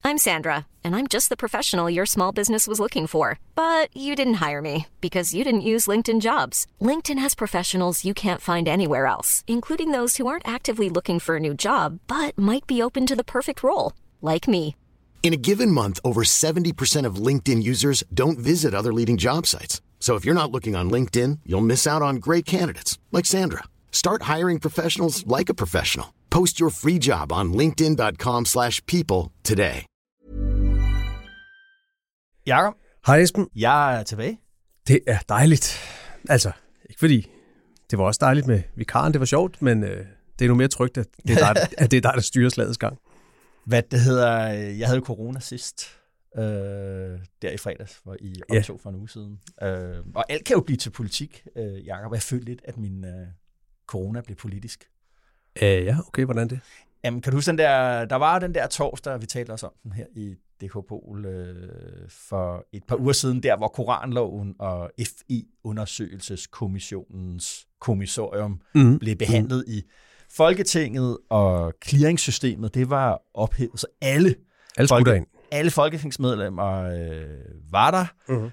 I'm Sandra, and I'm just the professional your small business was looking for. But you didn't hire me because you didn't use LinkedIn Jobs. LinkedIn has professionals you can't find anywhere else, including those who aren't actively looking for a new job, but might be open to the perfect role, like me. In a given month, over 70% of LinkedIn users don't visit other leading job sites. So if you're not looking on LinkedIn, you'll miss out on great candidates like Sandra. Start hiring professionals like a professional. Post your free job on linkedin.com/people today. Jakob. Hej Esben. Jeg er tilbage. Det er dejligt. Altså, ikke fordi det var også dejligt med vikaren, det var sjovt, men det er nu mere trygt, at det er dig, der styrer slagets gang. Hvad det hedder, jeg havde corona sidst, der i fredags, hvor I optog for en uge siden. Og alt kan jo blive til politik, Jakob. Jeg følte lidt, at min corona blev politisk. Ja, okay, hvordan det? Jamen, kan du huske der var den der torsdag, vi talte også om den her i DK Pol for et par uger siden, der hvor Koranloven og FE-undersøgelseskommissionens kommissorium blev behandlet i Folketinget, og clearingssystemet, det var ophævet, så alle folketingsmedlemmer var der.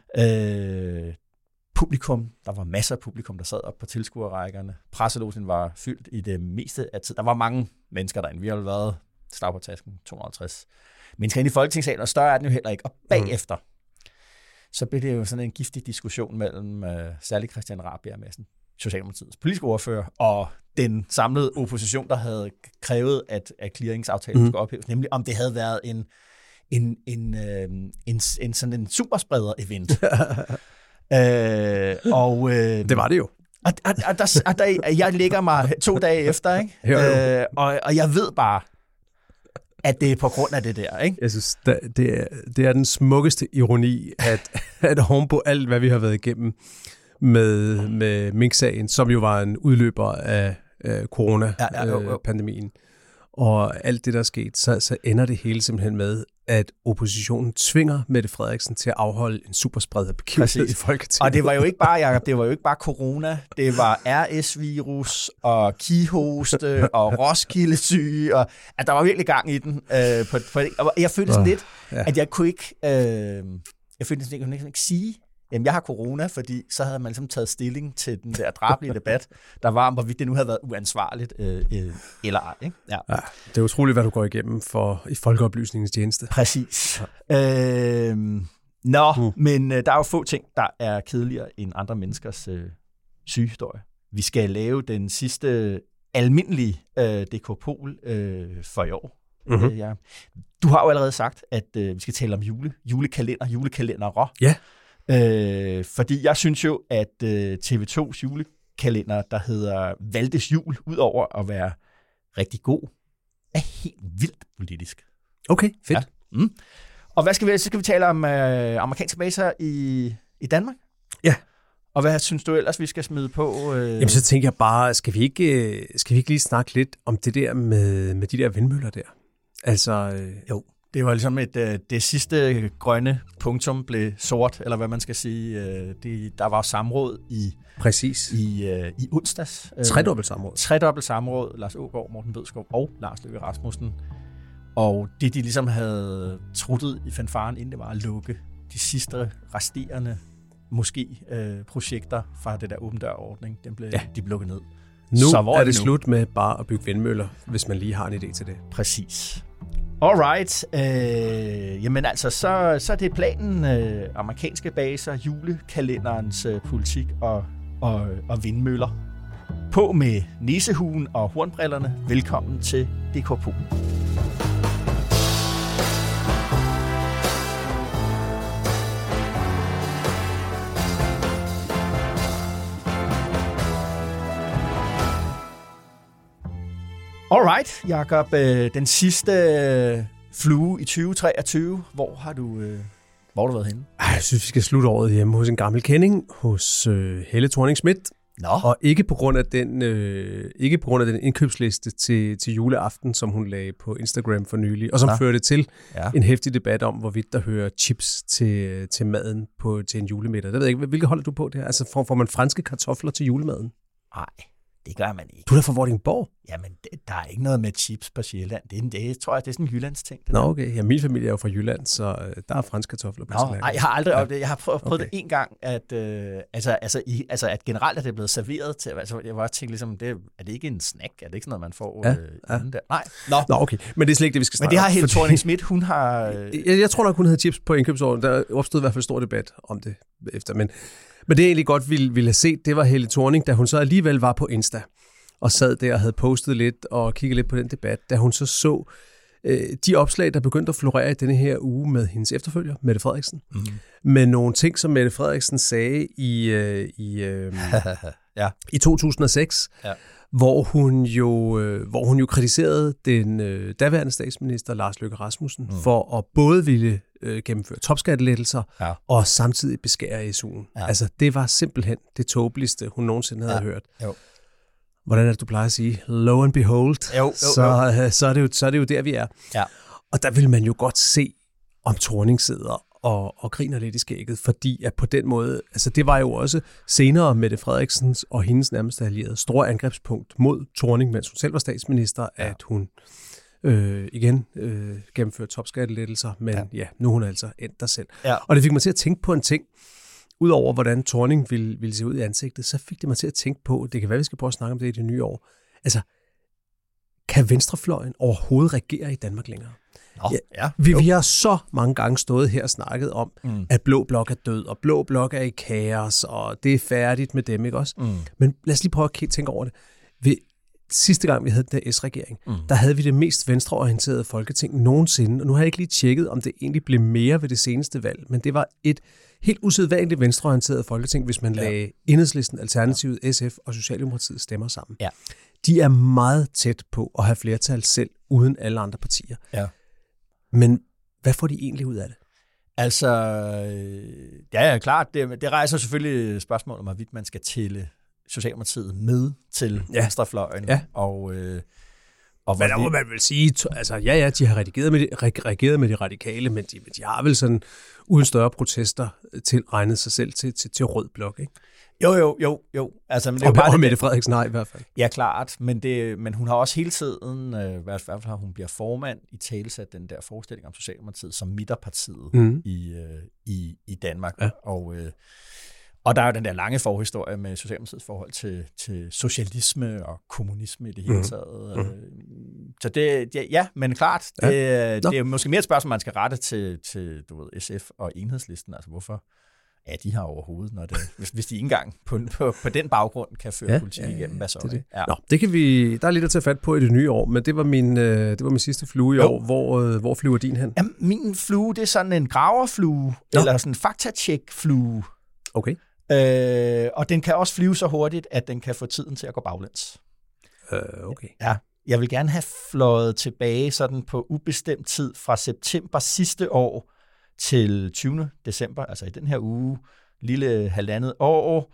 Publikum, der var masser af publikum, der sad op på tilskuerrækkerne. Presselogen var fyldt i det meste af tiden. Der var mange mennesker derinde. Vi har jo været, slag på tasken, 250 mennesker inde i Folketingssalen, og større er den jo heller ikke. Og bagefter, så blev det jo sådan en giftig diskussion mellem særlig Christian Rabjerg Madsen, Socialdemokratiets politiske ordfører, og den samlede opposition, der havde krævet, at clearingsaftalen skulle ophæves, nemlig om det havde været en sådan en superspreder-event. Det var det jo. Og jeg ligger mig 2 dage efter, ikke? Og jeg ved bare, at det er på grund af det der, ikke? Jeg synes, det er den smukkeste ironi, at oven på alt, hvad vi har været igennem med Mink-sagen, som jo var en udløber af corona-pandemien, og alt det, der er sket, så ender det hele simpelthen med, at oppositionen tvinger Mette Frederiksen til at afholde en supersprederbegivenhed i Folketinget. Og det var jo ikke bare, Jacob, det var jo ikke bare corona, det var RS-virus og kihoste og Roskilde-syge, og at der var virkelig gang i den. Og jeg følte sådan lidt, at jeg kunne ikke, jeg kunne ikke sige, jamen, jeg har corona, fordi så havde man ligesom taget stilling til den der drabelige debat, der var om, hvorvidt det nu havde været uansvarligt eller ej. Ikke? Ja. Ja, det er utroligt, hvad du går igennem i folkeoplysningens tjeneste. Præcis. Men der er jo få ting, der er kedeligere end andre menneskers sygehistorie. Vi skal lave den sidste almindelige DK Pol for i år. Ja. Du har jo allerede sagt, at vi skal tale om julekalendere. Ja. Fordi jeg synes jo, at TV2's julekalender, der hedder Valdes Jul, udover at være rigtig god, er helt vildt politisk. Okay, fedt. Ja. Og hvad skal vi? Så skal vi tale om amerikanske baser i Danmark. Ja. Og hvad synes du ellers, vi skal smide på? Jamen, så tænker jeg bare, skal vi ikke lige snakke lidt om det der med de der vindmøller der? Altså, jo. Det var ligesom det sidste grønne punktum blev sort, eller hvad man skal sige. Der var samråd i onsdags. Tredobbelt samråd. Lars Aagaard, Morten Bødskov og Lars Løkke Rasmussen. Og det, de ligesom havde truttet i fanfaren, inden det var at lukke de sidste resterende projekter fra det der åben dør-ordning, de blev lukket ned. Nu er det slut med bare at bygge vindmøller, hvis man lige har en idé til det. Præcis. Alright. Jamen altså, så er det planen. Amerikanske baser, julekalenderens politik og vindmøller. På med næsehuen og hornbrillerne. Velkommen til DK Pol. Alright, Jakob. Den sidste flue i 2023. Hvor har du været henne? Jeg synes, vi skal slutte året hjemme hos en gammel kending, hos Helle Thorning-Schmidt. Nå. Og ikke på grund af den indkøbsliste til juleaften, som hun lagde på Instagram for nylig, og som førte til en heftig debat om, hvorvidt der hører chips til maden til en julemiddag. Det ved jeg ikke. Hvilket holder du på det her? Altså, får man franske kartofler til julemaden? Nej, Det gør man ikke. Du er der fra Vordingborg? Jamen, der er ikke noget med chips på Sjælland. Det tror jeg, det er sådan en Jyllands ting. Nå, okay. Ja, min familie er jo fra Jylland, så der er franske kartofler på Sjælland. Nej, jeg har aldrig oplevet det. Jeg har prøvet det en gang, at, at generelt er det blevet serveret til. Altså, jeg var også tænkt, ligesom, er det ikke en snack? Er det ikke sådan noget, man får inden der? Nej. Nå, okay. Men det er slet ikke det, vi skal snakke om. Men det har Helle Thorning-Schmidt, hun har... Jeg tror nok, hun havde chips på indkøbsordenen. Der opstod i hvert fald stor debat om det efter. Men det jeg egentlig godt ville have set, det var Helle Thorning, da hun så alligevel var på Insta og sad der og havde postet lidt og kigget lidt på den debat, da hun så de opslag, der begyndte at florere i denne her uge med hendes efterfølger, Mette Frederiksen, med nogle ting, som Mette Frederiksen sagde i 2006, hvor hun jo kritiserede den daværende statsminister Lars Løkke Rasmussen for at både ville gennemføre topskattelettelser og samtidig beskære SU'en. Ja. Altså, det var simpelthen det tåbeligste, hun nogensinde havde hørt. Jo. Hvordan er det, du plejer at sige? Lo and behold, så er det jo der, vi er. Ja. Og der vil man jo godt se, om Thorning sidder og griner lidt i skægget, fordi at på den måde, altså det var jo også senere Mette Frederiksens og hendes nærmeste allierede store angrebspunkt mod Thorning, mens hun selv var statsminister, at hun igen gennemførte topskattelettelser, men nu er hun altså endt der selv. Ja. Og det fik mig til at tænke på en ting. Udover hvordan Thorning ville se ud i ansigtet, så fik det mig til at tænke på, det kan være, vi skal prøve at snakke om det i det nye år. Altså, kan venstrefløjen overhovedet regere i Danmark længere? Vi har så mange gange stået her og snakket om, at Blå Blok er død, og Blå Blok er i kaos, og det er færdigt med dem, ikke også? Men lad os lige prøve at tænke over det. Sidste gang, vi havde den der S-regering, der havde vi det mest venstreorienterede folketing nogensinde, og nu har jeg ikke lige tjekket, om det egentlig blev mere ved det seneste valg, men det var et helt usædvanligt venstreorienteret folketing, hvis man lagde Enhedslisten, Alternativet, SF og Socialdemokratiet stemmer sammen. Ja. De er meget tæt på at have flertal selv, uden alle andre partier. Ja. Men hvad får de egentlig ud af det? Altså, klart. Det rejser selvfølgelig spørgsmål om, hvorvidt man skal tælle Socialdemokratiet med til venstrefløjen. Ja. Og men der må man vel sige, altså de har reageret med de radikale, men de har vel sådan uden større protester regnet sig selv til rød blok, ikke? Jo. Altså, men det er jo bare Mette Frederiksen i hvert fald. Ja, klart. Men hun har også hele tiden, i hvert fald har hun bliver formand i talesat den der forestilling om Socialdemokratiet som midterpartiet i Danmark. Ja. Og der er jo den der lange forhistorie med Socialdemokratiets forhold til socialisme og kommunisme i det hele taget. Så men klart, det er måske mere et spørgsmål, man skal rette til du ved, SF og Enhedslisten. Altså hvorfor er de her overhovedet, når det, hvis de ikke engang på den baggrund kan føre politik igennem, hvad så er det? Ja. Nå, det kan vi, der er lidt at tage fat på i det nye år, men det var min sidste flue i år. Hvor flyver din hen? Jamen, min flue, det er sådan en graverflue, eller sådan en faktatjek-flue. Okay. Og den kan også flyve så hurtigt, at den kan få tiden til at gå baglæns. Okay. Ja, jeg vil gerne have fløjet tilbage sådan på ubestemt tid fra september sidste år til 20. december, altså i den her uge, lille halvandet år,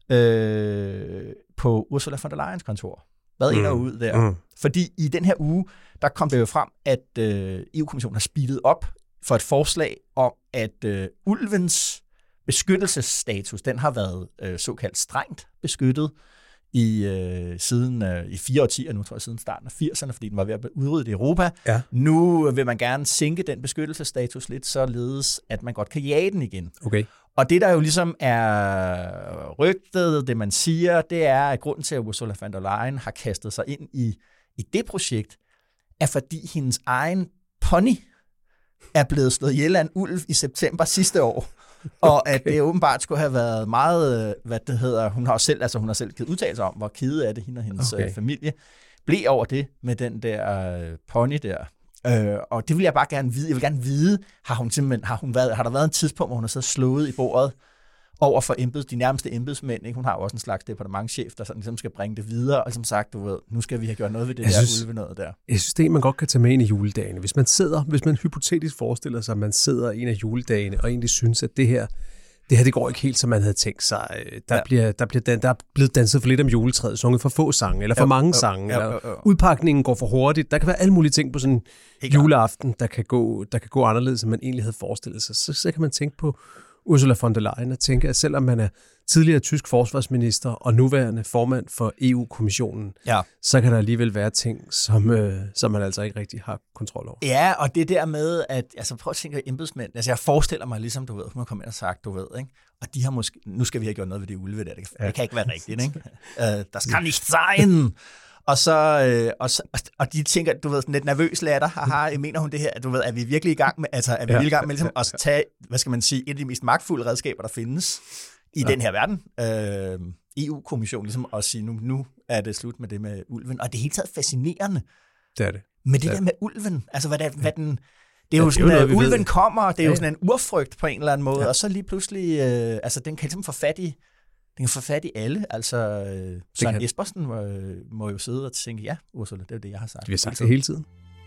på Ursula von der Leyens kontor. Hvad ind og ud der? Fordi i den her uge, der kom det jo frem, at EU-kommissionen har speedet op for et forslag om, at ulvens beskyttelsesstatus, den har været såkaldt strengt beskyttet siden i 4 årtier, nu tror jeg siden starten af 80'erne, fordi den var ved at blive udryddet i Europa. Ja. Nu vil man gerne sænke den beskyttelsesstatus lidt, således at man godt kan jage den igen. Okay. Og det, der jo ligesom er rygtet, det man siger, det er, at grunden til, at Ursula von der Leyen har kastet sig ind i det projekt, er fordi hendes egen pony er blevet slået ihjel af en ulv i september sidste år. Og at det åbenbart skulle have været meget, hun har selv givet udtalelser om, hvor kede af det, hende og hendes familie blev over det med den der pony der. Og det vil jeg bare gerne vide. Jeg vil gerne vide, har der været en tidspunkt, hvor hun har siddet slået i bordet over for de nærmeste embedsmænd. Ikke? Hun har jo også en slags departementschef, der sådan ligesom skal bringe det videre, og som sagt, du ved, nu skal vi have gjort noget ved det ulve noget der. Jeg synes, det er, man godt kan tage med ind i juledagene. Hvis man hypotetisk forestiller sig, at man sidder en af juledagene, og egentlig synes, at det her det går ikke helt, som man havde tænkt sig. Der er blevet danset for lidt om juletræet, sunget for få sange, eller for mange sange, eller udpakningen går for hurtigt. Der kan være alle mulige ting på sådan en juleaften, der kan gå anderledes, end man egentlig havde forestillet sig. Så kan man tænke på Ursula von der Leyen at tænke, at selvom man er tidligere tysk forsvarsminister og nuværende formand for EU-kommissionen, så kan der alligevel være ting, som man altså ikke rigtig har kontrol over. Ja, og det der med, at prøv at tænke embedsmænd. Jeg forestiller mig ligesom, du ved, hun har kommet ind og sagt, du ved, ikke? Og de har måske, nu skal vi have gjort noget ved det ulve der. Det kan ikke være rigtigt, ikke? Der skal nicht sein. Og de tænker, du ved, sådan lidt nervøs latter, haha, mener hun det her, du ved, er vi virkelig i gang med, i gang med ligesom at tage, hvad skal man sige, et af de mest magtfulde redskaber, der findes i den her verden, EU-kommissionen, ligesom at sige, nu er det slut med det med ulven, og det er helt taget fascinerende. Det er det. Men det der med ulven, altså hvad den, det er jo sådan, at ulven kommer, det er jo sådan en urfrygt på en eller anden måde, og så lige pludselig, den kan ligesom få fat i alle. Altså, Søren Espersen må jo sidde og tænke, ja, Ursula, det er det, jeg har sagt. Vi har sagt det hele tiden.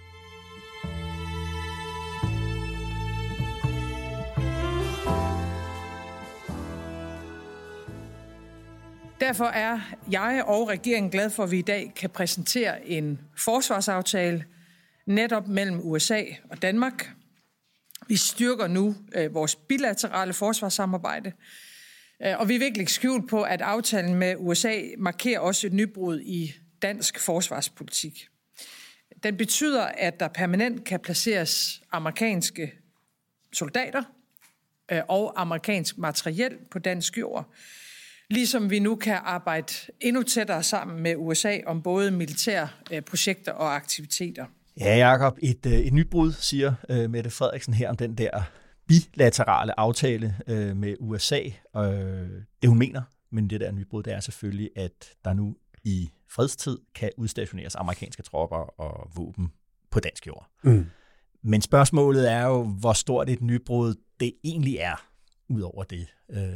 Derfor er jeg og regeringen glad for, at vi i dag kan præsentere en forsvarsaftale netop mellem USA og Danmark. Vi styrker nu vores bilaterale forsvarssamarbejde, og vi vil ikke lægge skjul på, at aftalen med USA markerer også et nybrud i dansk forsvarspolitik. Den betyder, at der permanent kan placeres amerikanske soldater og amerikansk materiel på dansk jord, ligesom vi nu kan arbejde endnu tættere sammen med USA om både militære projekter og aktiviteter. Ja, Jacob, et nybrud, siger Mette Frederiksen her om den der bilaterale aftale med USA. Det hun mener, men det der nybrud, det er selvfølgelig, at der nu i fredstid kan udstationeres amerikanske tropper og våben på dansk jord. Mm. Men spørgsmålet er jo, hvor stort et nybrud det egentlig er, ud over det.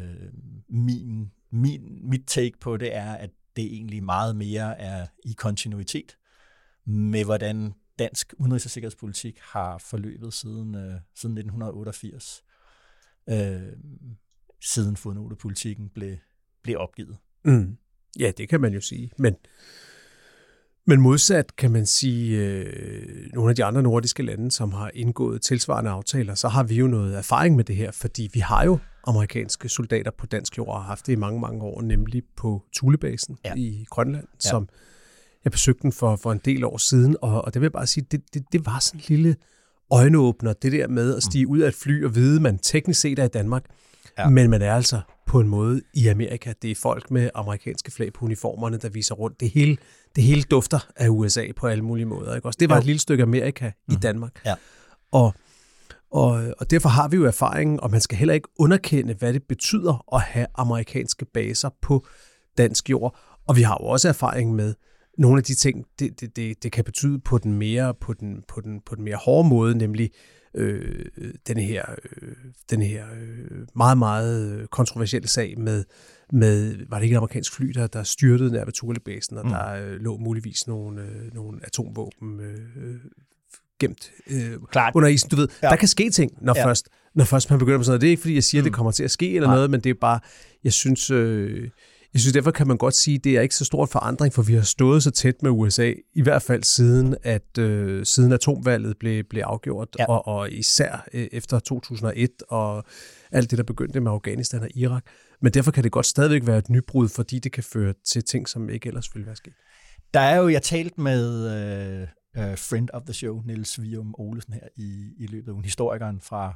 Mit take på det er, at det egentlig meget mere er i kontinuitet med, hvordan dansk udenrigs- og sikkerhedspolitik har forløbet siden 1988, siden fodnotepolitikken blev opgivet. Mm. Ja, det kan man jo sige. Men modsat kan man sige, nogle af de andre nordiske lande, som har indgået tilsvarende aftaler, så har vi jo noget erfaring med det her, fordi vi har jo amerikanske soldater på dansk jord og har haft det i mange, mange år, nemlig på Thulebasen i Grønland, som jeg besøgte den for en del år siden, og det vil jeg bare sige, det var sådan en lille øjenåbner, det der med at stige ud af et fly og vide, man teknisk set er i Danmark, men man er altså på en måde i Amerika. Det er folk med amerikanske flag på uniformerne, der viser rundt. Det hele dufter af USA på alle mulige måder. Ikke? Også det var et lille stykke Amerika i Danmark. Ja. Og derfor har vi jo erfaringen, og man skal heller ikke underkende, hvad det betyder at have amerikanske baser på dansk jord. Og vi har jo også erfaring med nogle af de ting, det kan betyde på den mere hårde måde, nemlig den her meget, meget kontroversielle sag med var det ikke et amerikansk fly, der styrtede nær ved Thulebasen, og der lå muligvis nogle atomvåben gemt under isen. Du ved, der kan ske ting, når først man begynder på sådan noget. Det er ikke, fordi jeg siger, at det kommer til at ske eller noget, men det er bare, jeg synes, derfor kan man godt sige, at det er ikke så stor en forandring, for vi har stået så tæt med USA, i hvert fald siden atomvalget blev afgjort, og især efter 2001, og alt det, der begyndte med Afghanistan og Irak. Men derfor kan det godt stadigvæk være et nybrud, fordi det kan føre til ting, som ikke ellers ville være sket. Der er jo, jeg talt med friend of the show, Niels Vium Olesen her i løbet af ugen, historikeren fra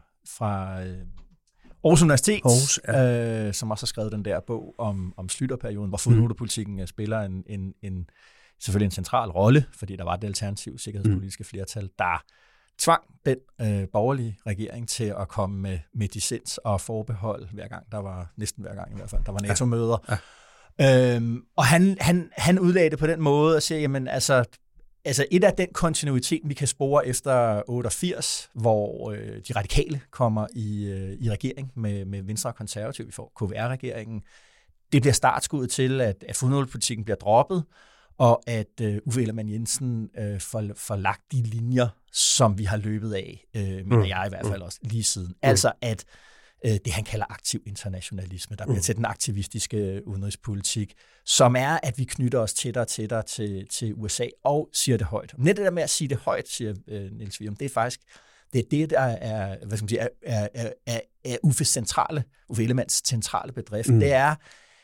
Aarhus Universitet, som også har skrevet den der bog om Schlüterperioden, hvor fodnotepolitikken spiller selvfølgelig en central rolle, fordi der var et alternativt sikkerhedspolitiske flertal, der tvang den borgerlige regering til at komme med dissens og forbehold næsten hver gang i hvert fald, der var NATO-møder. Ja. Og han udlagde det på den måde og siger, jamen altså et af den kontinuitet, vi kan spore efter 88, hvor de radikale kommer i regering med Venstre og Konservative, vi får KVR-regeringen. Det bliver startskuddet til, at fodnotepolitikken bliver droppet, og at Uffe Ellemann-Jensen får lagt de linjer, som vi har løbet af, mener jeg i hvert fald også, lige siden. Altså at det, han kalder aktiv internationalisme, der bliver til den aktivistiske udenrigspolitik, som er, at vi knytter os tættere og tættere til USA og siger det højt. Net det der med at sige det højt, siger Niels Vium, det det er det, der er, hvad skal man sige, er Uffe Ellemanns centrale bedrift. Det er,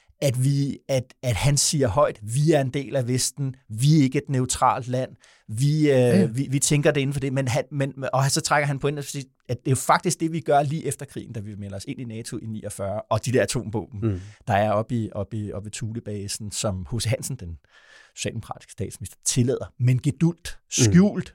at han siger højt, vi er en del af Vesten, vi er ikke et neutralt land, vi tænker det inden for det, og så trækker han på ind, at det er jo faktisk det, vi gør lige efter krigen, da vi melder os ind i NATO i 49, og de der atomvåben, der er oppe i Thulebasen, som H.C. Hansen, den socialdemokratiske statsminister, tillader, men gedulgt, skjult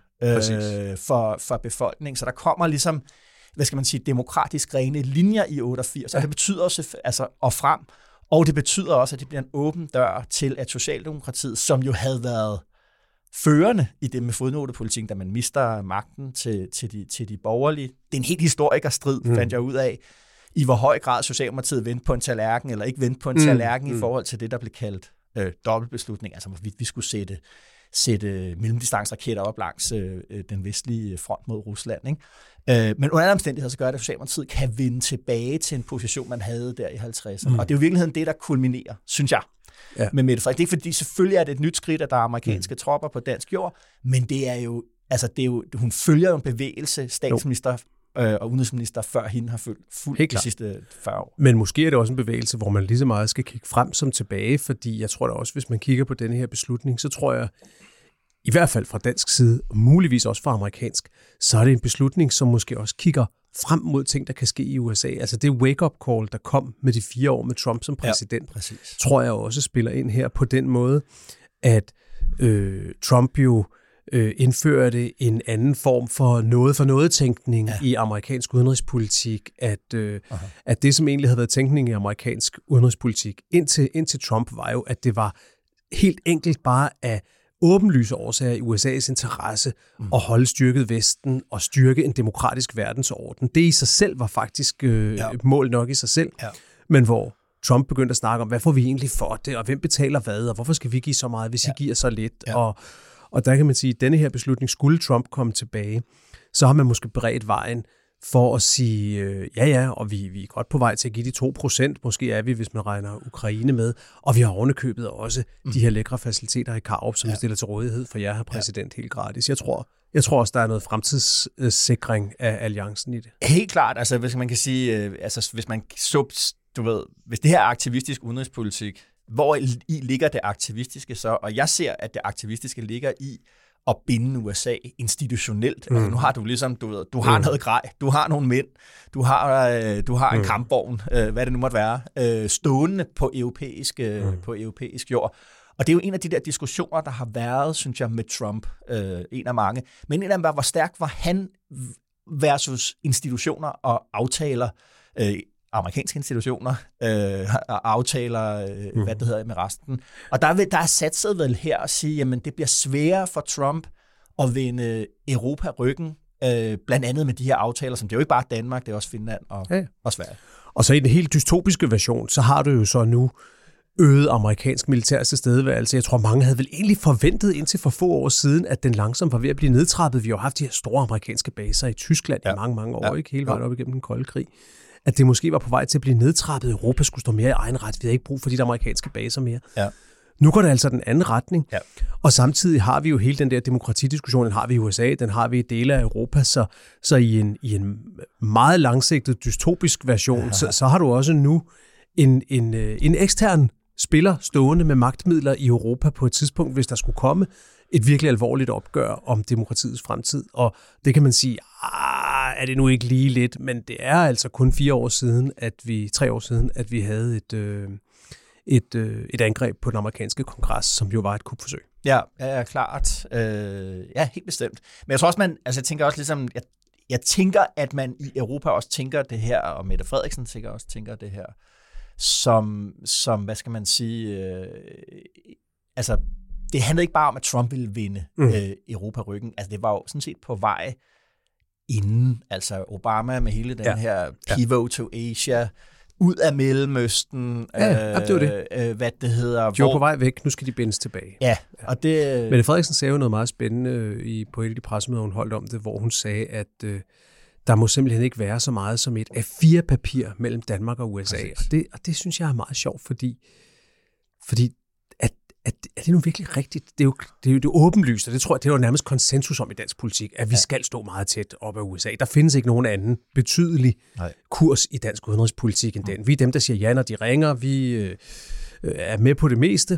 for befolkningen, så der kommer ligesom, hvad skal man sige, demokratisk rene linjer i 88, og det betyder også, altså, og frem, og det betyder også, at det bliver en åben dør til, at Socialdemokratiet, som jo havde været førende i det med fodnotepolitikken, da man mister magten til de borgerlige. Det er en helt historikerstrid, fandt jeg ud af, i hvor høj grad Socialdemokratiet vendte på en tallerken, eller ikke vendte på en tallerken i forhold til det, der blev kaldt dobbeltbeslutning, altså hvorvidt vi skulle sætte mellemdistanceraketter op langs den vestlige front mod Rusland. Ikke? Men under andre omstændigheder, så gør det, at Socialdemokratiet kan vende tilbage til en position, man havde der i 50'erne. Og det er jo i virkeligheden det, der kulminerer, synes jeg, med Mette Frederiksen. Det er ikke fordi, selvfølgelig er det et nyt skridt, at der er amerikanske tropper på dansk jord, men det er jo, hun følger jo en bevægelse, statsminister og udenrigsminister før hende har fulgt de sidste 40 år. Men måske er det også en bevægelse, hvor man lige så meget skal kigge frem som tilbage, fordi jeg tror da også, hvis man kigger på denne her beslutning, så tror jeg, i hvert fald fra dansk side, og muligvis også fra amerikansk, så er det en beslutning, som måske også kigger frem mod ting, der kan ske i USA. Altså det wake-up call, der kom med de 4 år med Trump som præsident, tror jeg også spiller ind her på den måde, at Trump jo indførte en anden form for noget-for-noget-tænkning i amerikansk udenrigspolitik, at det, som egentlig havde været tænkning i amerikansk udenrigspolitik indtil Trump, var jo, at det var helt enkelt bare af åbenlyse årsager i USA's interesse at holde styrket Vesten og styrke en demokratisk verdensorden. Det i sig selv var faktisk mål nok i sig selv, men hvor Trump begyndte at snakke om, hvad får vi egentlig for det, og hvem betaler hvad, og hvorfor skal vi give så meget, hvis I giver så lidt, og der kan man sige, at denne her beslutning, skulle Trump komme tilbage, så har man måske beredt vejen for at sige, og vi er godt på vej til at give de 2%, måske er vi, hvis man regner Ukraine med, og vi har ovenikøbet også de her lækre faciliteter i Karup, som vi stiller til rådighed for jer, herr præsident, helt gratis. Jeg tror også, der er noget fremtidssikring af alliancen i det. Helt klart, altså hvis man kan sige, hvis man hvis det her er aktivistisk udenrigspolitik, hvor i ligger det aktivistiske så? Og jeg ser, at det aktivistiske ligger i at binde USA institutionelt. Altså, nu har du ligesom, du har noget grej, du har nogle mænd, du har en kampvogn, hvad det nu måtte være, stående på europæisk jord. Og det er jo en af de der diskussioner, der har været, synes jeg, med Trump, en af mange. Men en af dem var, hvor stærk var han versus institutioner og aftaler, amerikanske institutioner og aftaler, hvad det hedder, med resten. Og der er satset vel her at sige, jamen det bliver sværere for Trump at vende Europa ryggen, blandt andet med de her aftaler, som det er jo ikke bare Danmark, det er også Finland og Sverige. Og så i den helt dystopiske version, så har du jo så nu øget amerikansk militær tilstedeværelse. Jeg tror, mange havde vel egentlig forventet indtil for få år siden, at den langsomt var ved at blive nedtrappet. Vi har jo haft de her store amerikanske baser i Tyskland i mange år, ikke hele vejen op igennem den kolde krig. At det måske var på vej til at blive nedtrappet. Europa skulle stå mere i egen ret. Vi havde ikke brug for de der amerikanske baser mere. Ja. Nu går det altså den anden retning. Ja. Og samtidig har vi jo hele den der demokratidiskussion, den har vi i USA, den har vi i dele af Europa. Så i en meget langsigtet dystopisk version, så har du også nu en ekstern spiller stående med magtmidler i Europa på et tidspunkt, hvis der skulle komme et virkelig alvorligt opgør om demokratiets fremtid. Og det kan man sige, er det nu ikke lige lidt, men det er altså kun 3 år siden, at vi havde et angreb på den amerikanske kongres, som jo var et kupforsøg. Ja, klart. Helt bestemt. Men jeg tror også, jeg tænker også ligesom, jeg tænker, at man i Europa også tænker det her, og Mette Frederiksen sikkert også tænker det her, som hvad skal man sige, det handlede ikke bare om, at Trump ville vinde Europa ryggen. Altså, det var jo sådan set på vej inden. Altså, Obama med hele den her pivot to Asia, ud af Mellemøsten. Det var det. Hvad det hedder. De var på vej væk, nu skal de bindes tilbage. Ja, og det... Mette Frederiksen sagde jo noget meget spændende på et af de pressemøder, hun holdt om det, hvor hun sagde, at der må simpelthen ikke være så meget som et A4-papir mellem Danmark og USA. Og det synes jeg er meget sjovt, fordi er det nu virkelig rigtigt? Det er jo åbenlyst, og det tror jeg, det er jo nærmest konsensus om i dansk politik, at vi skal stå meget tæt op ad USA. Der findes ikke nogen anden betydelig kurs i dansk udenrigspolitik end den. Vi er dem, der siger ja, når de ringer. Vi er med på det meste,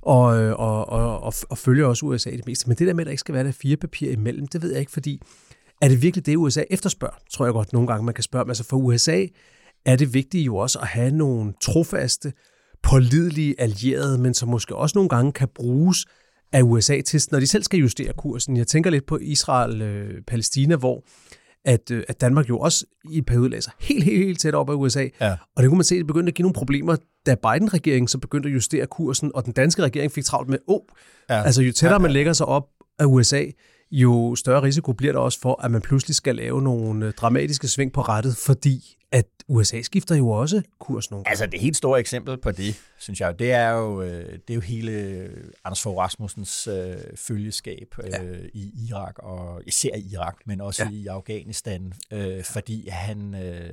og følger også USA det meste. Men det der med, at der ikke skal være der 4 papirer imellem, det ved jeg ikke, fordi er det virkelig det, USA efterspørger? Tror jeg godt nogle gange, man kan spørge. Men altså for USA er det vigtigt jo også at have nogle trofaste, pålidelige allierede, men som måske også nogle gange kan bruges af USA til, når de selv skal justere kursen. Jeg tænker lidt på Israel-Palæstina, hvor at Danmark jo også i en periode lagde sig helt tæt op af USA. Ja. Og det kunne man se, at det begyndte at give nogle problemer, da Biden-regeringen så begyndte at justere kursen, og den danske regering fik travlt med, altså jo tættere man lægger sig op af USA, jo større risiko bliver der også for, at man pludselig skal lave nogle dramatiske sving på rettet, fordi at USA skifter jo også kurs nogle gange. Altså det helt store eksempel på det, synes jeg, det er jo hele Anders Fogh Rasmussens følgeskab i Irak, og især i Irak, men også i Afghanistan, fordi han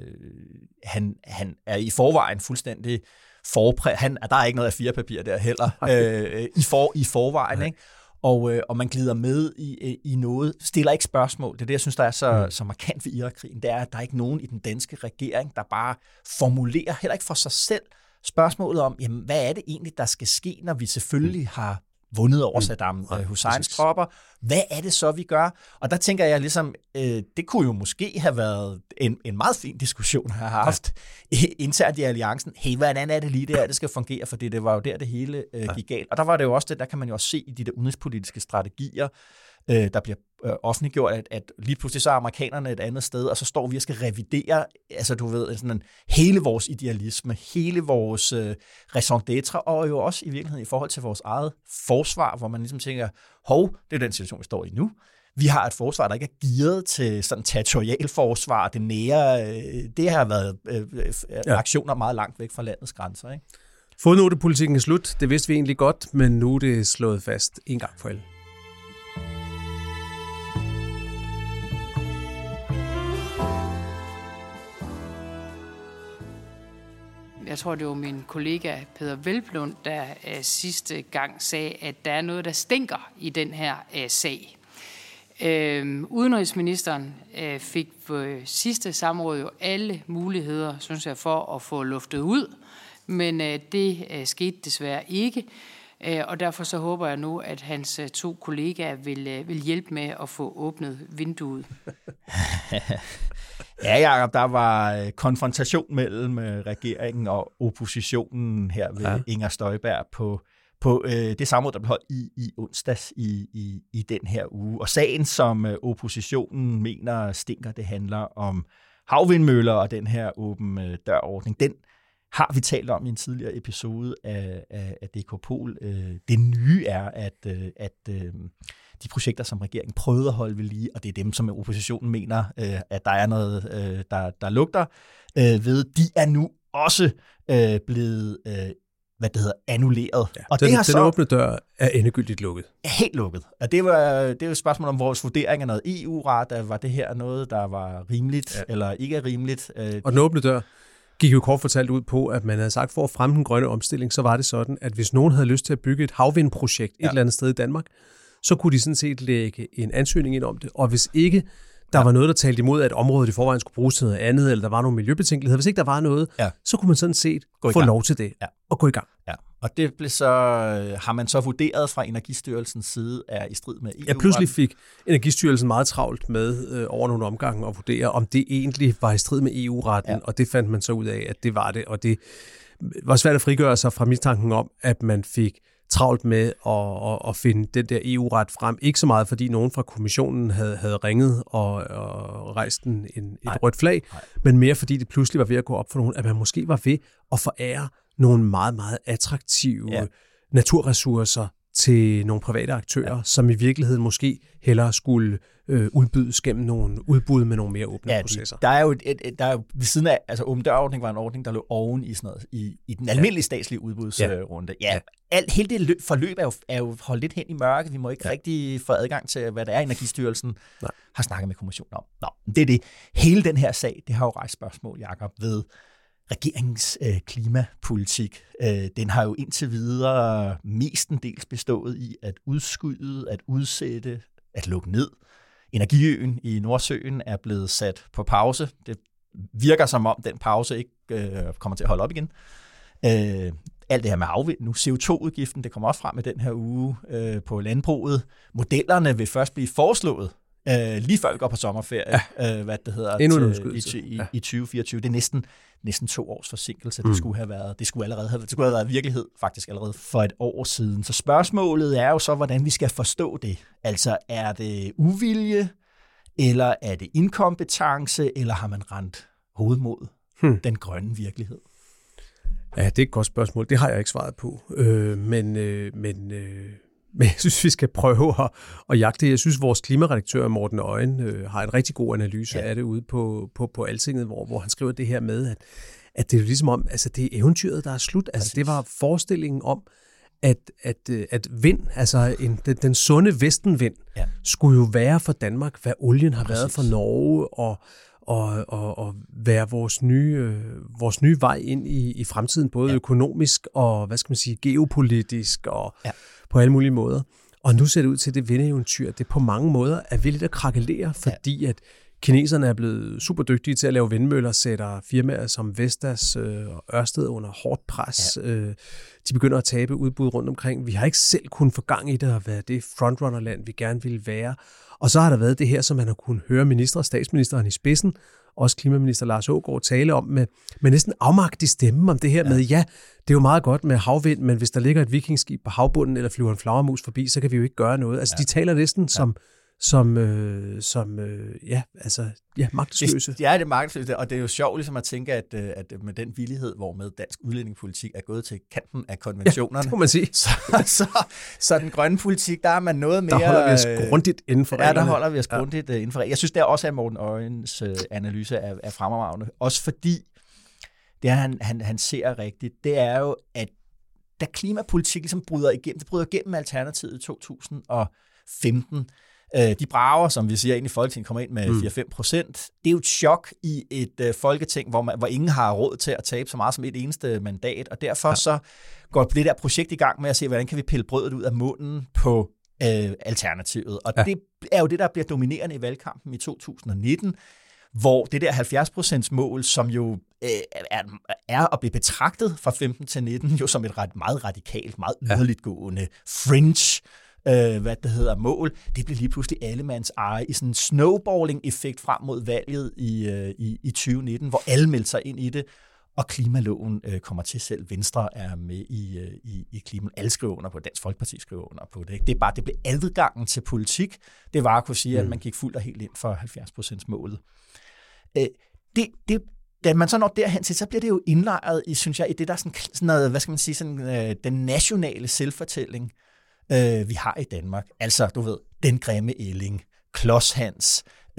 er i forvejen fuldstændig der er ikke noget af 4-papir der heller, i forvejen, ikke? Og man glider med i noget, stiller ikke spørgsmål. Det er det, jeg synes, der er så markant ved Irak-krigen. Det er, at der er ikke nogen i den danske regering, der bare formulerer, heller ikke for sig selv, spørgsmålet om, jamen, hvad er det egentlig, der skal ske, når vi selvfølgelig har vundet over Saddam Husseins tropper. Hvad er det så, vi gør? Og der tænker jeg ligesom, det kunne jo måske have været en meget fin diskussion at have haft internt i alliancen. Hey, hvordan er det lige der, det skal fungere? Fordi det var jo der, det hele gik galt. Og der var det jo også det, der kan man jo også se i de der udenrigspolitiske strategier, der bliver offentliggjort, at lige pludselig så er amerikanerne et andet sted, og så står vi og skal revidere, altså du ved, sådan hele vores idealisme, hele vores raison d'être, og jo også i virkeligheden i forhold til vores eget forsvar, hvor man ligesom tænker, det er den situation, vi står i nu. Vi har et forsvar, der ikke er gearet til sådan territorialforsvar, det nære, det har været aktioner meget langt væk fra landets grænser, ikke? Fodnotepolitikken er slut, det vidste vi egentlig godt, men nu er det slået fast en gang for alle. Jeg tror, det var min kollega Peder Hvelplund, der sidste gang sagde, at der er noget, der stinker i den her sag. Udenrigsministeren fik på sidste samråd jo alle muligheder, synes jeg, for at få luftet ud, men det skete desværre ikke. Og derfor så håber jeg nu, at hans 2 kollegaer vil hjælpe med at få åbnet vinduet. Ja, Jacob, der var konfrontation mellem regeringen og oppositionen her ved Inger Støjberg på det samråd, der blev holdt i onsdags i den her uge. Og sagen, som oppositionen mener stinker, det handler om havvindmøller og den her åben dørordning. Den har vi talt om i en tidligere episode af DK Pol. Det nye er, at de projekter, som regeringen prøvede at holde ved lige, og det er dem, som oppositionen mener, at der er noget, der lugter ved, de er nu også blevet annulleret. Ja, og den åbne dør er endegyldigt lukket. Helt lukket. Og det er jo et spørgsmål om vores vurdering af noget EU-ret. Var det her noget, der var rimeligt eller ikke rimeligt? Og den åbne dør gik jo kort fortalt ud på, at man havde sagt, for at fremme den grønne omstilling, så var det sådan, at hvis nogen havde lyst til at bygge et havvindprojekt et eller andet sted i Danmark, så kunne de sådan set lægge en ansøgning ind om det. Og hvis ikke der var noget, der talte imod, at området i forvejen skulle bruges til noget andet, eller der var nogle miljøbetænkeligheder, hvis ikke der var noget, så kunne man sådan set få lov til det og gå i gang. Ja. Og det blev så, har man så vurderet fra Energistyrelsens side, er i strid med EU. Ja, pludselig fik Energistyrelsen meget travlt med over nogle omgange at vurdere, om det egentlig var i strid med EU-retten, og det fandt man så ud af, at det var det. Og det var svært at frigøre sig fra mistanken om, at man fik travlt med at finde den der EU-ret frem. Ikke så meget, fordi nogen fra kommissionen havde ringet og rejst et rødt flag, men mere fordi det pludselig var ved at gå op for nogen, at man måske var ved at forære nogle meget, meget attraktive naturressourcer til nogle private aktører, som i virkeligheden måske hellere skulle udbydes gennem nogle udbud med nogle mere åbne processer. Der er jo ved siden af, altså åben dørordning var en ordning, der lå oven i sådan noget, i den almindelige statslige udbudsrunde. Hele det forløb er jo holdt lidt hen i mørke. Vi må ikke rigtig få adgang til, hvad det er, Energistyrelsen har snakket med kommissionen om. Det er det. Hele den her sag, det har jo rejst spørgsmål, Jacob, ved regeringens klimapolitik. Den har jo indtil videre mestendels bestået i at udskyde, at udsætte, at lukke ned. Energiøen i Nordsøen er blevet sat på pause. Det virker som om, den pause ikke kommer til at holde op igen. Alt det her med havvind nu, CO2-udgiften, det kommer også frem med den her uge på landbruget. Modellerne vil først blive foreslået lige før vi går på sommerferie, i 2024. Det er næsten 2 års forsinkelse. Det skulle have været virkelighed faktisk allerede for et år siden. Så spørgsmålet er jo så, hvordan vi skal forstå det. Altså, er det uvilje, eller er det inkompetence, eller har man rendt hovedet mod den grønne virkelighed? Ja, det er et godt spørgsmål. Det har jeg ikke svaret på. Men jeg synes, vi skal prøve at jagte det. Jeg synes, vores klimaredaktør Morten Øjen har en rigtig god analyse af det ude på Altinget, hvor han skriver det her med, at det er ligesom om, altså det er eventyret, der er slut. Altså det var forestillingen om, at vind, altså den sunde vestenvind, skulle jo være for Danmark, hvad olien har været for Norge, og være vores nye vej ind i fremtiden, både økonomisk og, hvad skal man sige, geopolitisk og på alle mulige måder. Og nu ser det ud til, at det vindeeventyr, det på mange måder er vildt at krakelere, fordi at kineserne er blevet super dygtige til at lave vindmøller, sætter firmaer som Vestas og Ørsted under hårdt pres. De begynder at tabe udbud rundt omkring. Vi har ikke selv kunnet få gang i det og være det frontrunnerland, vi gerne ville være. Og så har der været det her, som man har kunnet høre statsministeren i spidsen, også klimaminister Lars Aagaard tale om med næsten afmagtig stemme om det her med, det er jo meget godt med havvind, men hvis der ligger et vikingskib på havbunden eller flyver en flagermus forbi, så kan vi jo ikke gøre noget. Altså de taler næsten magtesløse. Det er magtesløse, og det er jo sjovt ligesom at tænke, at med den villighed, hvormed dansk udlændingepolitik er gået til kanten af konventionerne, det må man sige. Så den grønne politik, der er man noget mere... Der holder vi os grundigt inden for reglerne. Ja, der holder vi os grundigt inden for reglerne. Jeg synes, der også er Morten Øjens analyse er fremragende. Også fordi, det han ser rigtigt, det er jo, at da klimapolitik ligesom bryder igennem Alternativet i 2015, de brager, som vi siger, ind i Folketinget kommer ind med 4-5%. Det er jo et chok i et folketing, hvor ingen har råd til at tabe så meget som et eneste mandat, og derfor så går det der projekt i gang med at se, hvordan kan vi pille brødet ud af munden på Alternativet. Og det er jo det, der bliver dominerende i valgkampen i 2019, hvor det der 70%-mål, som jo er at blive betragtet fra 15 til 19, jo som et meget radikalt, meget yderligtgående fringe mål, det blev lige pludselig allemands eje i sådan en snowballing-effekt frem mod valget i 2019, hvor alle meldte sig ind i det, og klimaloven kommer til selv. Venstre er med i klimaen. Alle skriver under på det. Dansk Folkeparti skriver under på det. Det blev adgangen til politik. Det var at kunne sige, at man gik fuldt og helt ind for 70%-målet. Da man så når derhen til, så bliver det jo indlejret i, synes jeg, i det der sådan noget, hvad skal man sige, sådan den nationale selvfortælling, vi har i Danmark. Altså, du ved, den grimme ælling, Klods-Hans,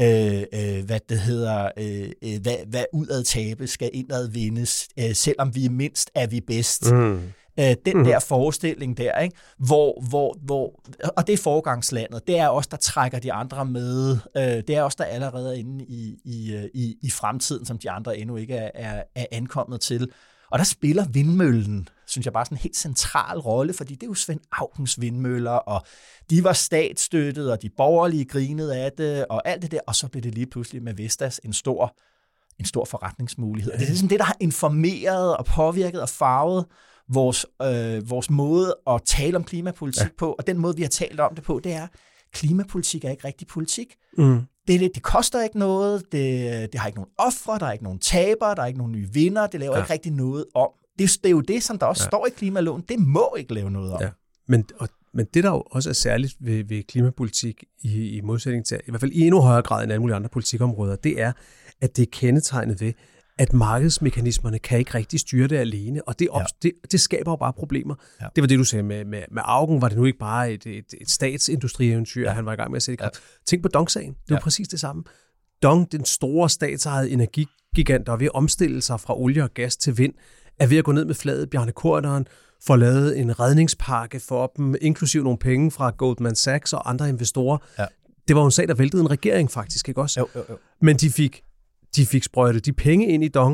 hvad udad tabe skal indad vindes, selvom vi er mindst, er vi bedst. Den der forestilling der, ikke? Og det er foregangslandet, det er os, der trækker de andre med, det er os, der allerede er inde i fremtiden, som de andre endnu ikke er ankommet til. Og der spiller vindmøllen, synes jeg, bare sådan en helt central rolle, fordi det er jo Svend Augens vindmøller, og de var statsstøttet, og de borgerlige grinede af det, og alt det der, og så blev det lige pludselig med Vestas en stor forretningsmulighed. Og det er ligesom det, der har informeret og påvirket og farvet vores måde at tale om klimapolitik på, og den måde, vi har talt om det på, det er, klimapolitik er ikke rigtig politik. Det koster ikke noget, det har ikke nogen ofre, der er ikke nogen tabere, der er ikke nogen nye vinder, det laver ikke rigtig noget om. Det er jo det, som der også står i klimaloven, det må ikke lave noget om. Ja. Men det, der jo også er særligt ved klimapolitik, i modsætning til, i hvert fald i endnu højere grad end alle mulige andre politikområder, det er, at det er kendetegnet ved, at markedsmekanismerne kan ikke rigtig styre det alene, og det skaber jo bare problemer. Ja. Det var det, du sagde med Augen, var det nu ikke bare et statsindustrieventyr, han var i gang med at sætte i kraft. Tænk på Dong-sagen, det var præcis det samme. Dong, den store statsejede energigigant, der er ved at omstille sig fra olie og gas til vind, er ved at gå ned med fladet. Bjarne Corydon får lavet en redningspakke for dem, inklusiv nogle penge fra Goldman Sachs og andre investorer. Ja. Det var jo en sag, der væltede en regering faktisk, ikke også? Jo. Men de fik sprøjtet de penge ind i Dong,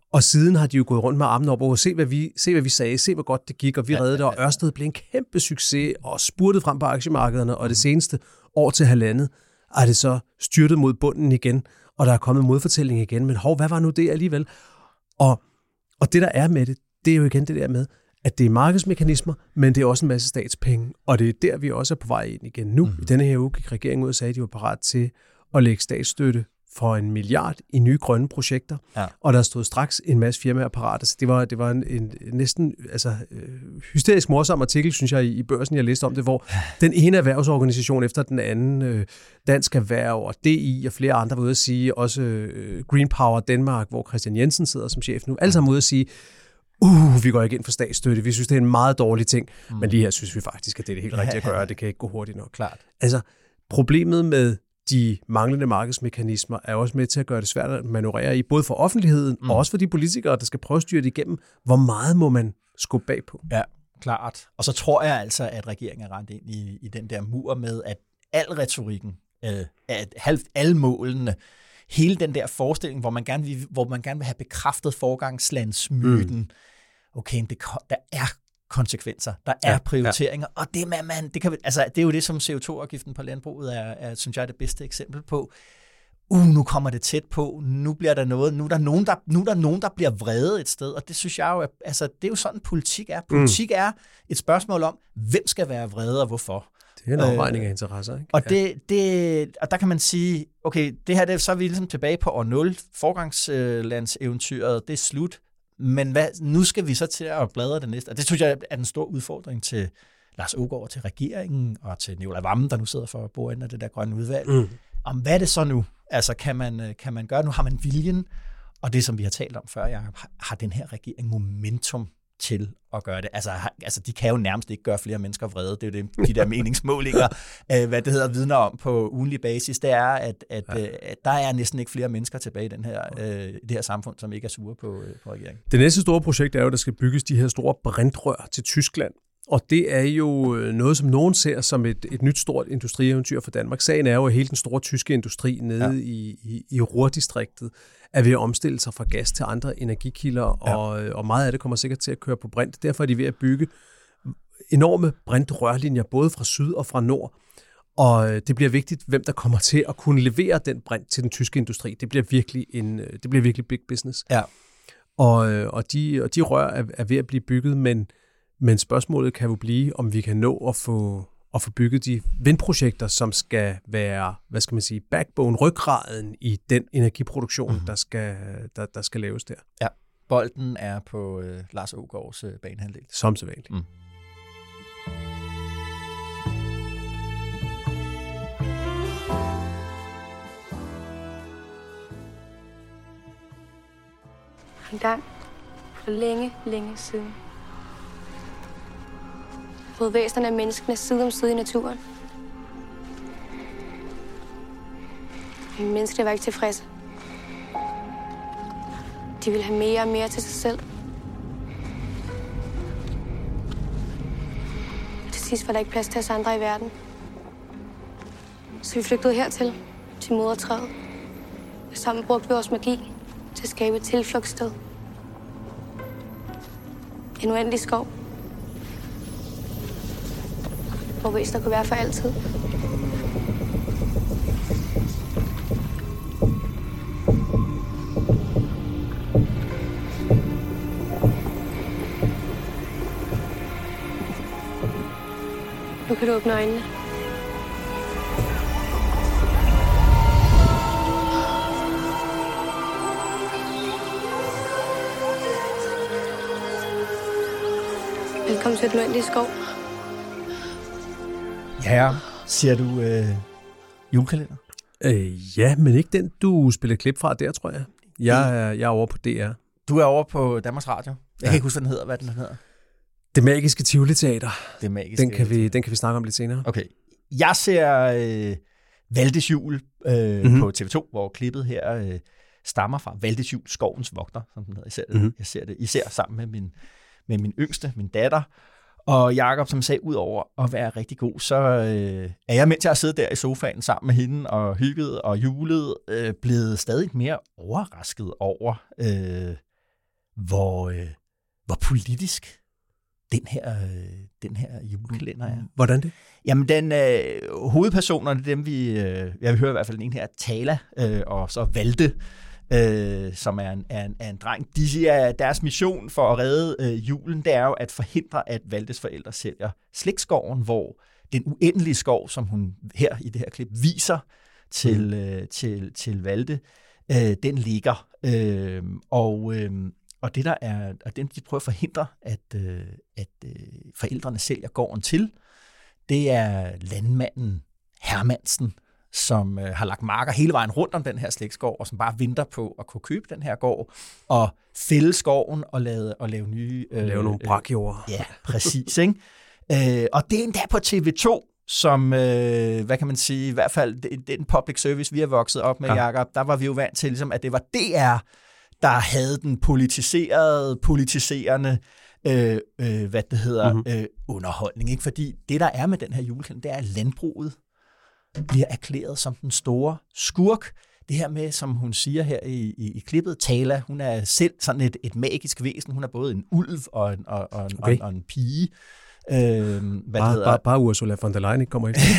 Og siden har de jo gået rundt med armene op og se, hvad vi sagde, se, hvor godt det gik, og vi reddede det, og Ørsted blev en kæmpe succes, og spurtede frem på aktiemarkederne, og det seneste år til 1,5 er det så styrtet mod bunden igen, og der er kommet modfortælling igen, men hvad var nu det alligevel? Og det, der er med det, det er jo igen det der med, at det er markedsmekanismer, men det er også en masse statspenge, og det er der, vi også er på vej ind igen nu. I denne her uge gik regeringen ud og sagde, at de var parat til at lægge statsstøtte for 1 milliard i nye grønne projekter, og der stod straks en masse firmaer parat. Altså, det var en næsten hysterisk morsom artikel, synes jeg, i Børsen, jeg læste om det, hvor den ene erhvervsorganisation efter den anden, Dansk Erhverv og DI og flere andre var ude at sige, også Green Power Danmark, hvor Christian Jensen sidder som chef nu, alle sammen ude at sige, vi går ikke ind for statsstøtte, vi synes, det er en meget dårlig ting, men lige her synes vi faktisk, at det er det helt rigtige at gøre, det kan ikke gå hurtigt nok. Klart. Altså, problemet med de manglende markedsmekanismer er også med til at gøre det svært at manøvrere i, både for offentligheden og også for de politikere, der skal prøve at styre det igennem. Hvor meget må man skubbe bagpå? Ja, klart. Og så tror jeg altså, at regeringen er rendt ind i den der mur med, at al retorikken, at alle målene, hele den der forestilling, hvor man gerne vil have bekræftet forgangslandsmyten. Okay, der er konsekvenser, der er prioriteringer, og det er jo det, som CO2-afgiften på landbruget er, synes jeg, det bedste eksempel på. Nu kommer det tæt på, nu bliver der noget, nu er der nogen, der bliver vrede et sted, og det synes jeg jo, det er jo sådan, politik er. Politik er et spørgsmål om, hvem skal være vrede, og hvorfor. Det er en afvejning af interesser, ikke? Og, og der kan man sige, okay, det her, så er vi ligesom tilbage på år 0, forgangslandseventyret, det er slut. Men nu skal vi så til at bladre det næste. Og det synes jeg er en stor udfordring til Lars Aagaard, til regeringen og til Nicolai Wammen, der nu sidder for bordenden af det der grønne udvalg. Om hvad er det så nu? Altså kan man gøre, nu har man viljen, og det som vi har talt om før, Jacob, har den her regering momentum til at gøre det. Altså de kan jo nærmest ikke gøre flere mennesker vrede. Det er jo de der meningsmålinger, hvad det hedder, vidner om på ugenlig basis. Det er, at der er næsten ikke flere mennesker tilbage i det her samfund, som ikke er sure på regeringen. Det næste store projekt er jo, at der skal bygges de her store brintrør til Tyskland. Og det er jo noget, som nogen ser som et nyt stort industrieventyr for Danmark. Sagen er jo, at hele den store tyske industri nede i Ruhrdistriktet er ved at omstille sig fra gas til andre energikilder, og meget af det kommer sikkert til at køre på brint. Derfor er de ved at bygge enorme brintrørlinjer, både fra syd og fra nord. Og det bliver vigtigt, hvem der kommer til at kunne levere den brint til den tyske industri. Det bliver virkelig big business. Ja. Og de rør er ved at blive bygget, men spørgsmålet kan jo blive, om vi kan nå at få bygget de vindprojekter, som skal være, hvad skal man sige, backbone, ryggraden i den energiproduktion, der skal laves der. Ja, bolden er på Lars Aagaards banehalvdel. Som sædvanligt. En gang, for længe siden, boede væsenerne af menneskene side om side i naturen. Men menneskene var ikke tilfredse. De ville have mere og mere til sig selv. Og til sidst var der ikke plads til os andre i verden. Så vi flygtede hertil, til modertræet. Og sammen brugte vi vores magi til at skabe et tilflugtssted. En uendelig skov. Hvor væsener kunne være for altid. Nu kan du åbne øjnene. Velkommen til den uendelige skov. Ja, ser du julekalender? Ja, men ikke den, du spiller klip fra der, tror jeg. Jeg er over på DR. Du er over på Danmarks Radio. Jeg kan ikke huske, hvad den hedder. Det magiske Tivoli Teater. Det magiske den kan vi snakke om lidt senere. Okay. Jeg ser Valdes Jul på TV2, hvor klippet her stammer fra Valdes Jul, Skovens Vogter, som den hedder. Jeg ser det især sammen med min yngste, min datter. Og Jacob, som sagde, ud over at være rigtig god, så er jeg, mens jeg sidder der i sofaen sammen med hende og hygget og julet, blevet stadig mere overrasket over hvor politisk den her julekalender er. Hvordan det? Jamen, hovedpersonerne, dem jeg vil høre i hvert fald den ene her, Tala, og så Valde, som er en dreng. De siger, at deres mission for at redde julen, det er jo at forhindre, at Valdes forældre sælger slægtskoven, hvor den uendelige skov, som hun her i det her klip viser til Valde, den ligger. Og det der er, og dem de prøver at forhindre, at forældrene sælger gården til, det er landmanden Hermansen, som har lagt marker hele vejen rundt om den her slægtsgård, og som bare venter på at kunne købe den her gård, og fælde skoven og lave nye... lave nogle brakjord. Ja, præcis, ikke? Og det er endda på TV2, som, hvad kan man sige, i hvert fald den public service, vi har vokset op med, Jacob, der var vi jo vant til, ligesom, at det var DR, der havde den politiserende underholdning. Ikke? Fordi det, der er med den her julekalender, det er, at landbruget bliver erklæret som den store skurk. Det her med, som hun siger her i klippet, Tala, hun er selv sådan et magisk væsen. Hun er både en ulv og en pige. Bare Ursula von der Leyen ikke kommer ind.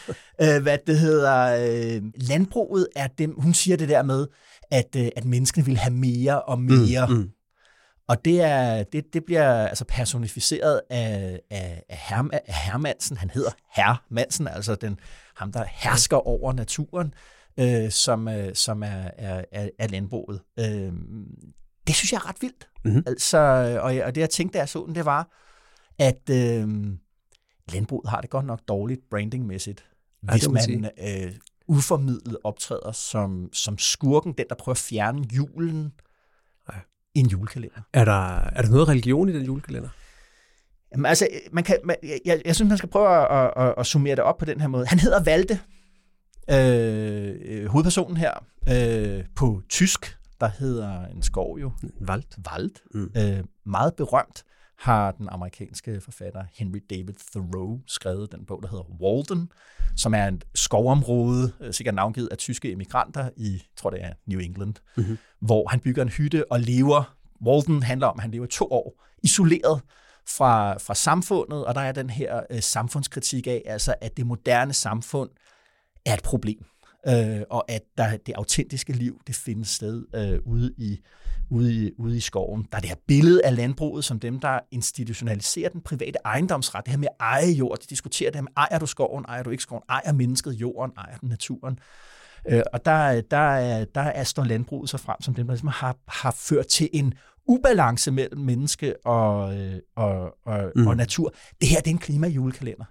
Landbruget er dem, hun siger det der med, at menneskene vil have mere og mere. Og det bliver altså personificeret af Hermansen. Han hedder Hermansen, altså ham, der hersker over naturen, som er landbruget. Det synes jeg er ret vildt. Mm-hmm. Altså, og det jeg tænkte, da jeg så den, det var, at landbruget har det godt nok dårligt brandingmæssigt, hvis man uformidlet optræder som skurken, den der prøver at fjerne julen i en julekalender. Er der noget religion i den julekalender? Jamen, altså, jeg synes, man skal prøve at summere det op på den her måde. Han hedder Valde, hovedpersonen her, på tysk, der hedder en skov jo. Wald. Meget berømt har den amerikanske forfatter Henry David Thoreau skrevet den bog, der hedder Walden, som er et skovområde, sikkert navngivet af tyske emigranter i, tror det er New England, hvor han bygger en hytte og lever. Walden handler om, at han lever 2 år isoleret fra samfundet, og der er den her samfundskritik af, altså at det moderne samfund er et problem, og at det autentiske liv, det findes sted ude i skoven. Der er det her billede af landbruget som dem, der institutionaliserer den private ejendomsret. Det her med at eje jord. De diskuterer det her med, ejer du skoven, ejer du ikke skoven, ejer mennesket jorden, ejer den naturen. Og der står landbruget så frem som dem, der ligesom har ført til en ubalance mellem menneske og natur. Det her, det er en klimajulekalender.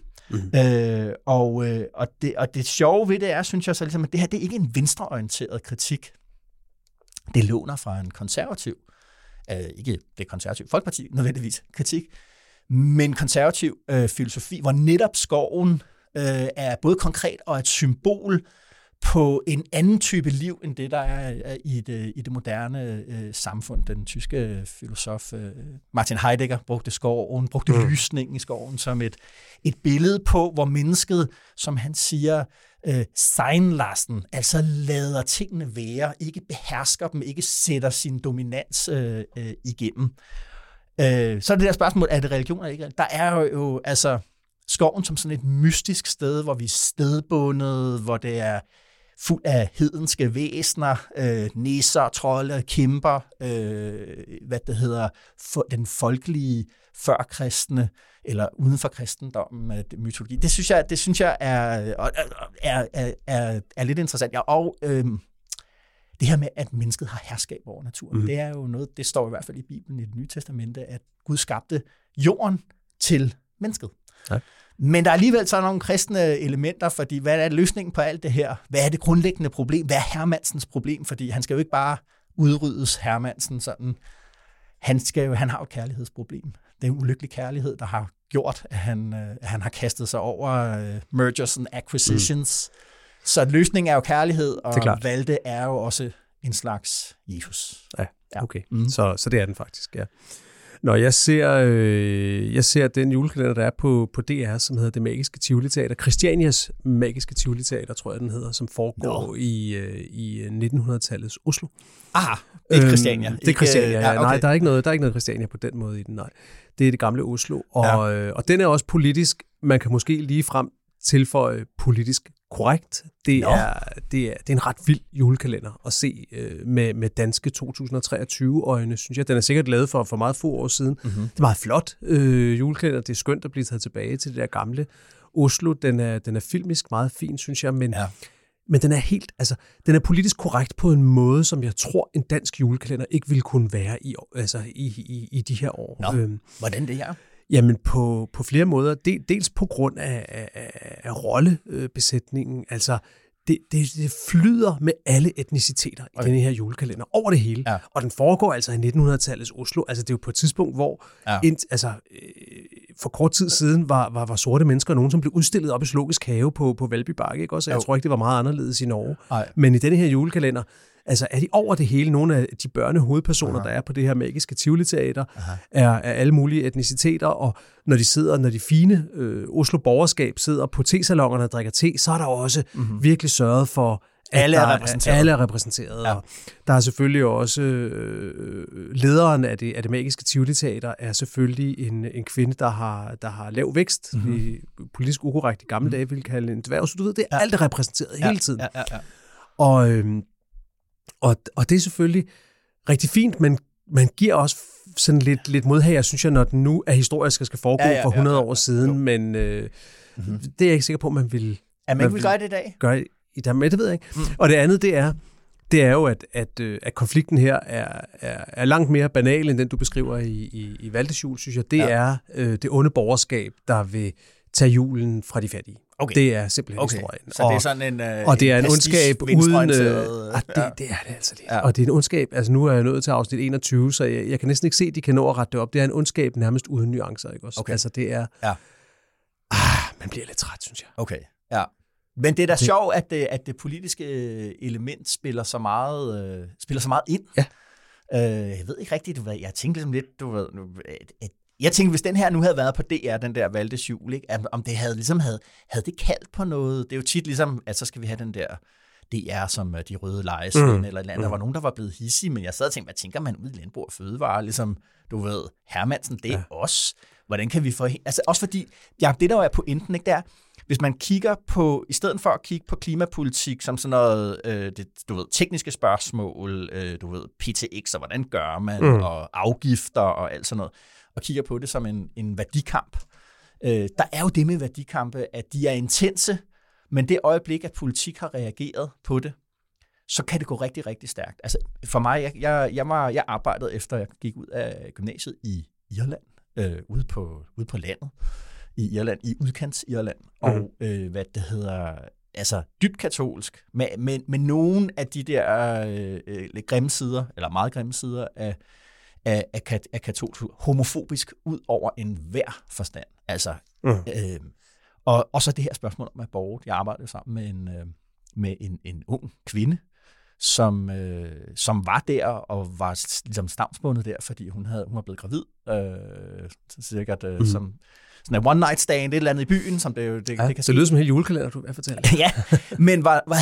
Og det sjove ved det er, synes jeg så ligesom, at det her, det er ikke en venstreorienteret kritik. Det låner fra en konservativ, ikke det konservative Folkeparti nødvendigvis kritik, men konservativ filosofi, hvor netop skoven er både konkret og et symbol på en anden type liv, end det, der er i det moderne samfund. Den tyske filosof Martin Heidegger brugte skoven, brugte lysningen i skoven som et billede på, hvor mennesket, som han siger, sein lassen, altså lader tingene være, ikke behersker dem, ikke sætter sin dominans igennem. Så er det der spørgsmål, er det religion eller ikke? Der er jo altså skoven som sådan et mystisk sted, hvor vi er stedbundet, hvor det er fuld af hedenske væsener, nisser, trolde, kæmper, den folkelige førkristne, eller uden for kristendommen, mytologi. Det synes jeg er lidt interessant. Ja, og det her med, at mennesket har herskab over naturen, det er jo noget, det står i hvert fald i Bibelen, i Det Nye Testamente, at Gud skabte jorden til mennesket. Ja. Men der er alligevel så nogle kristne elementer, fordi hvad er løsningen på alt det her? Hvad er det grundlæggende problem? Hvad er Hermansens problem? Fordi han skal jo ikke bare udryddes, Hermansen, sådan. Han har jo et kærlighedsproblem. Det er en ulykkelig kærlighed, der har gjort, at han har kastet sig over mergers and acquisitions. Så løsningen er jo kærlighed, og Valde er jo også en slags Jesus. Ja, okay. Så det er den faktisk, ja. Når jeg ser den julekalender, der er på DR, som hedder Det Magiske Tivoli Teater, Christianias Magiske Tivoli Teater, tror jeg, den hedder, som foregår i 1900-tallets Oslo. Aha, Ikke Christiania. Det er Christiania, ja. Okay. Nej, der er ikke noget Christiania på den måde i den, nej. Det er det gamle Oslo, og den er også politisk, man kan måske lige frem tilføje politisk korrekt. Det er en ret vild julekalender at se med danske 2023-øjne, synes jeg. Den er sikkert lavet for meget få år siden. Mm-hmm. Det er meget flot julekalender. Det er skønt at blive taget tilbage til det der gamle Oslo. Den er filmisk meget fin, synes jeg, men den er den er politisk korrekt på en måde, som jeg tror, en dansk julekalender ikke ville kunne være i de her år. Hvordan det er? Jamen på flere måder. Dels på grund af rollebesætningen. Altså, det flyder med alle etniciteter i denne her julekalender over det hele. Ja. Og den foregår altså i 1900-tallets Oslo. Altså, det er jo på et tidspunkt, hvor for kort tid siden var sorte mennesker nogen, som blev udstillet op i Zoologisk Have på Valby Bakke. Ikke? Også, jeg tror ikke, det var meget anderledes i Norge. Ej. Men i denne her julekalender, altså er de over det hele. Nogle af de børnehovedpersoner, der er på det her magiske Tivoli-teater, er alle mulige etniciteter, og når de fine Oslo-borgerskab sidder på tesalongerne og drikker te, så er der også virkelig sørget for, at alle er repræsenteret. Ja. Og der er selvfølgelig også lederen af det magiske Tivoli-teater er selvfølgelig en kvinde, der har lav vækst. I politisk ukorrekt i gamle dage ville kalde en dværg. Så du ved, det er alt er repræsenteret hele tiden. Og det er selvfølgelig rigtig fint, men man giver også sådan lidt modhager, synes jeg, når den nu er historisk og skal foregå for 100 år siden, men det er jeg ikke sikker på, man vil... Man ikke vil gøre det i dag? Gøre i dag, det ved jeg ikke. Og det andet, det er jo, at konflikten her er langt mere banal, end den, du beskriver i Valdesjul, synes jeg. Det er det onde borgerskab, der vil tage julen fra de fattige. Okay. Det er simpelthen historien. Så det er sådan en og det er en ondskab uden... det er det altså lidt. Ja. Og det er en ondskab... Altså nu er jeg nået til afsnit 21, så jeg kan næsten ikke se, at de kan nå at rette det op. Det er en ondskab nærmest uden nuancer, ikke også? Okay. Altså det er... Ja. Man bliver lidt træt, synes jeg. Okay, ja. Men det er da sjovt, at det politiske element spiller så meget ind. Ja. Jeg ved ikke rigtigt, jeg tænkte ligesom lidt, jeg tænkte, hvis den her nu havde været på DR, den der Valdesjul, ikke, om det havde det kaldt på noget. Det er jo tit ligesom, at så skal vi have den der DR som de røde lejesvend eller et eller andet. Der var nogen, der var blevet hissige, men jeg sad og tænkte, hvad tænker man ud i Landbrug og Fødevare? Ligesom, du ved, Hermansen, det er os. Hvordan kan vi få... Altså også fordi, det der jo er pointen, ikke, det er, hvis man kigger på, i stedet for at kigge på klimapolitik som sådan noget, tekniske spørgsmål, PTX og hvordan gør man, og afgifter og alt sådan noget, og kigger på det som en værdikamp. Der er jo det med værdikampe, at de er intense, men det øjeblik, at politik har reageret på det, så kan det gå rigtig, rigtig stærkt. Altså for mig, jeg arbejdede efter, jeg gik ud af gymnasiet i Irland, ude på landet, i Irland, i udkants-Irland, og altså dybt katolsk, med nogle af de der grimme sider, eller meget grimme sider af katolsk, homofobisk ud over enhver forstand. Altså, og så det her spørgsmål om abort. Jeg arbejdede sammen med en ung kvinde, som var der og var ligesom stavnsbundet der, fordi hun var blevet gravid, sikkert som sådan en one night stand, et eller andet i byen, som det kan det lyder som en hel julekalender, du vil fortælle. Ja, men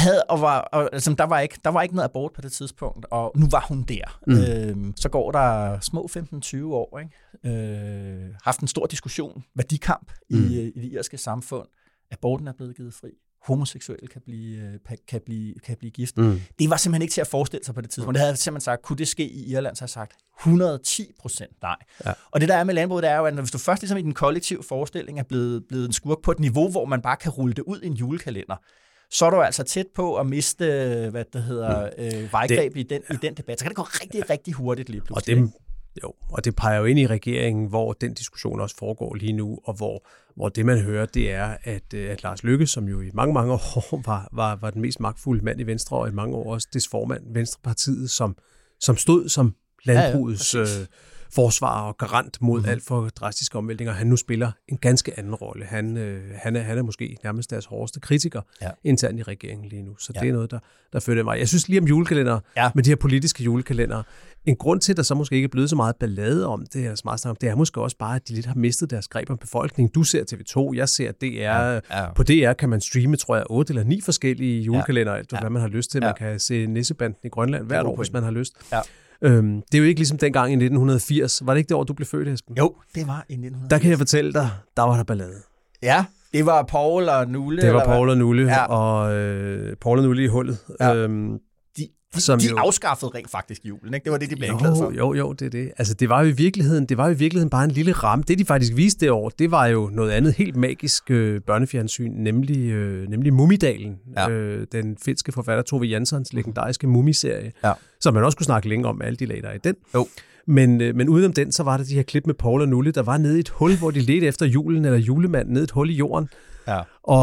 der var ikke noget abort på det tidspunkt, og nu var hun der. Så går der små 15-20 år, ikke? Haft en stor diskussion, værdikamp i det irske samfund. Aborten er blevet givet fri. Homoseksuelle kan blive gift. Det var simpelthen ikke til at forestille sig på det tidspunkt. Det havde simpelthen sagt, kunne det ske i Irland, så har sagt 110% nej. Ja. Og det der er med landbruget, det er jo, at hvis du først ligesom i den kollektive forestilling er blevet en skurk på et niveau, hvor man bare kan rulle det ud i en julekalender, så er du altså tæt på at miste, vejgreb i den debat. Så kan det gå rigtig, rigtig hurtigt lige pludselig. Og det peger jo ind i regeringen, hvor den diskussion også foregår lige nu, og hvor det, man hører, det er, at Lars Løkke, som jo i mange, mange år var den mest magtfulde mand i Venstre, og i mange år også dets formand, Venstrepartiet, som stod som landbrugets forsvar og garant mod alt for drastiske omvæltninger. Han nu spiller en ganske anden rolle. Han er måske nærmest deres hårdeste kritiker internt i regeringen lige nu. Så det er noget, der følger mig. Jeg synes lige om julekalender, med de her politiske julekalender, en grund til, at der så måske ikke er blevet så meget ballade om det, eller så meget snak om, det er måske også bare, at de lidt har mistet deres greb om befolkningen. Du ser TV2, jeg ser DR. På DR kan man streame, tror jeg, 8 eller 9 forskellige julekalender, alt hvad man har lyst til. Man kan se Nissebanden i Grønland hvert år, hvis man har lyst. Det er jo ikke ligesom dengang i 1980. Var det ikke det år, du blev født, Esben? Jo, det var i 1980. Der kan jeg fortælle dig, der var der ballade. Ja, det var Poul og Nulle. Det var Poul og Nulle, ja. Og Poul og Nulle i hullet. Ja. De afskaffede rent faktisk julen, ikke? Det var det, de blev anklaget for. Jo, det er det. Altså, det var jo i virkeligheden bare en lille ramme. Det, de faktisk viste det år, det var jo noget andet helt magisk børnefjernsyn, nemlig Mumidalen. Ja. Den finske forfatter Tove Janssons legendariske Mumiserie, som man også kunne snakke længe om, alle de lag, der er i den. Jo. Men udenom den, så var der de her klip med Poul og Nulle, der var nede i et hul, hvor de ledte efter julen, eller julemanden, nede i et hul i jorden. Ja.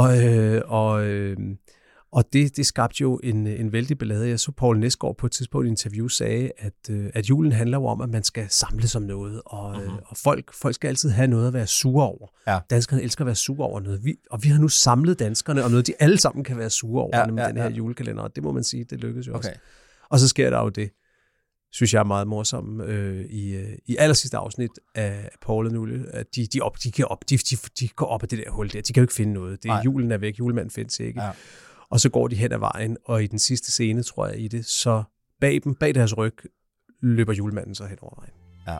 Og det skabte jo en vældig ballade. Jeg så Poul Nesgaard på et tidspunkt i et interview sagde, at julen handler jo om, at man skal samles om noget, og folk skal altid have noget at være sure over. Ja. Danskerne elsker at være sure over noget. Og vi har nu samlet danskerne om noget, de alle sammen kan være sure over, nemlig den her julekalender. Og det må man sige, det lykkedes jo også. Og så sker der jo det, synes jeg er meget morsomt, i allersidste afsnit af Poul og Nulle, at de går op af det der hul der. De kan jo ikke finde noget. Julen er væk, julemanden findes ikke. Ja. Og så går de hen ad vejen, og i den sidste scene, tror jeg, i det, så bag deres ryg, løber julemanden så hen over vejen. Ja.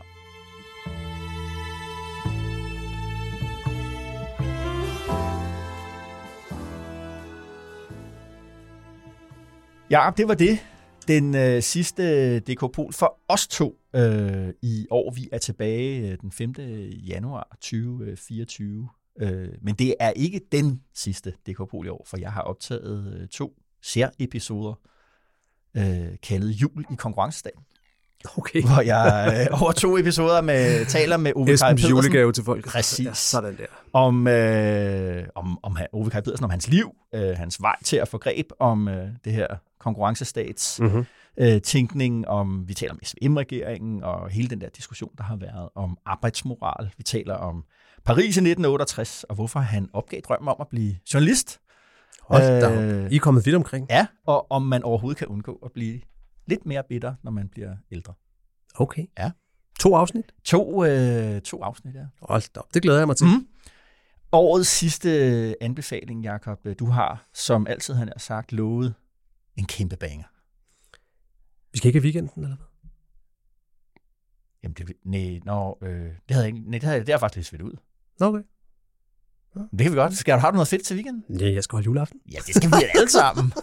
Ja, det var det. Den sidste DK-pol for os to i år. Vi er tilbage den 5. januar 2024. Men det er ikke den sidste DK-pol i år, for jeg har optaget 2 særepisoder kaldet Jul i konkurrencedagen. Okay. Hvor jeg over 2 episoder taler med Ove Kaj Pedersen. Esbens julegave til folk. Præcis. Ja, sådan der. Om Ove Kaj Pedersen, om hans liv, hans vej til at få greb om det her konkurrencestats tænkning, om vi taler om SVM-regeringen og hele den der diskussion, der har været om arbejdsmoral. Vi taler om Paris i 1968, og hvorfor han opgav drømmen om at blive journalist. I er kommet vidt omkring. Ja, og om man overhovedet kan undgå at blive lidt mere bitter, når man bliver ældre. Okay. Ja. 2 afsnit? 2 afsnit, ja. Hold da op, det glæder jeg mig til. Årets sidste anbefaling, Jakob, du har, som altid han har sagt, lovet en kæmpe banger. Vi skal ikke have weekenden, eller hvad? Jamen, det havde jeg faktisk lidt svidt ud. Okay. Ja. Det kan vi godt. Har du noget fedt til weekenden? Ja, jeg skal holde juleaften. Ja, det skal vi alle sammen.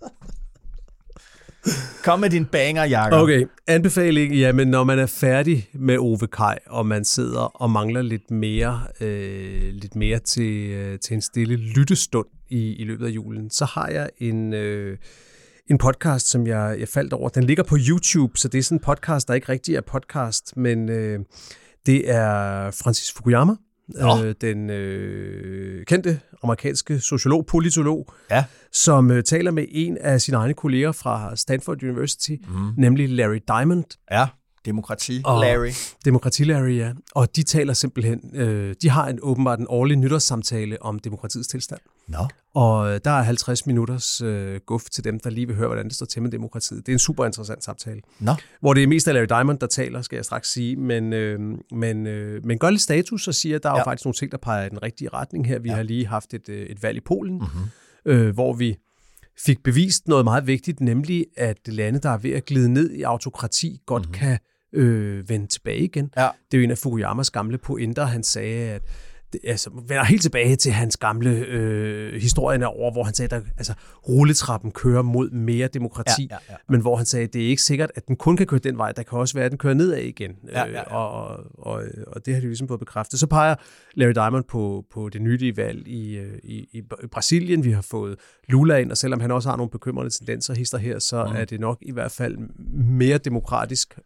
Kom med din banger, Jakob. Okay, anbefaling. Jamen, når man er færdig med Ove Kaj, og man sidder og mangler lidt mere til en stille lyttestund i løbet af julen, så har jeg en podcast, som jeg faldt over. Den ligger på YouTube, så det er sådan en podcast, der ikke rigtig er podcast, men det er Francis Fukuyama, den kendte amerikanske sociolog, politolog, som taler med en af sine egne kolleger fra Stanford University, nemlig Larry Diamond. Ja, Demokrati-Larry. Demokrati-Larry, ja. Og de taler simpelthen, de har åbenbart en årlig nytårssamtale om demokratiets tilstand. No. Og der er 50 minutters guf til dem, der lige vil høre, hvordan det står til med demokratiet. Det er en super interessant samtale. No. Hvor det er mest af Larry Diamond, der taler, skal jeg straks sige. Men gør lidt status og siger, at der er jo faktisk nogle ting, der peger i den rigtige retning her. Vi har lige haft et valg i Polen, hvor vi fik bevist noget meget vigtigt, nemlig at lande, der er ved at glide ned i autokrati, godt kan vende tilbage igen. Ja. Det er jo en af Fukuyamas gamle pointer. Han sagde, at vender helt tilbage til hans gamle historien over, hvor han sagde, at rulletrappen kører mod mere demokrati, men hvor han sagde, at det er ikke sikkert, at den kun kan køre den vej, der kan også være, at den kører nedad igen. Og det har de ligesom fået bekræftet. Så peger Larry Diamond på det nylige valg i Brasilien. Vi har fået Lula ind, og selvom han også har nogle bekymrende tendenser hister her, så er det nok i hvert fald mere demokratisk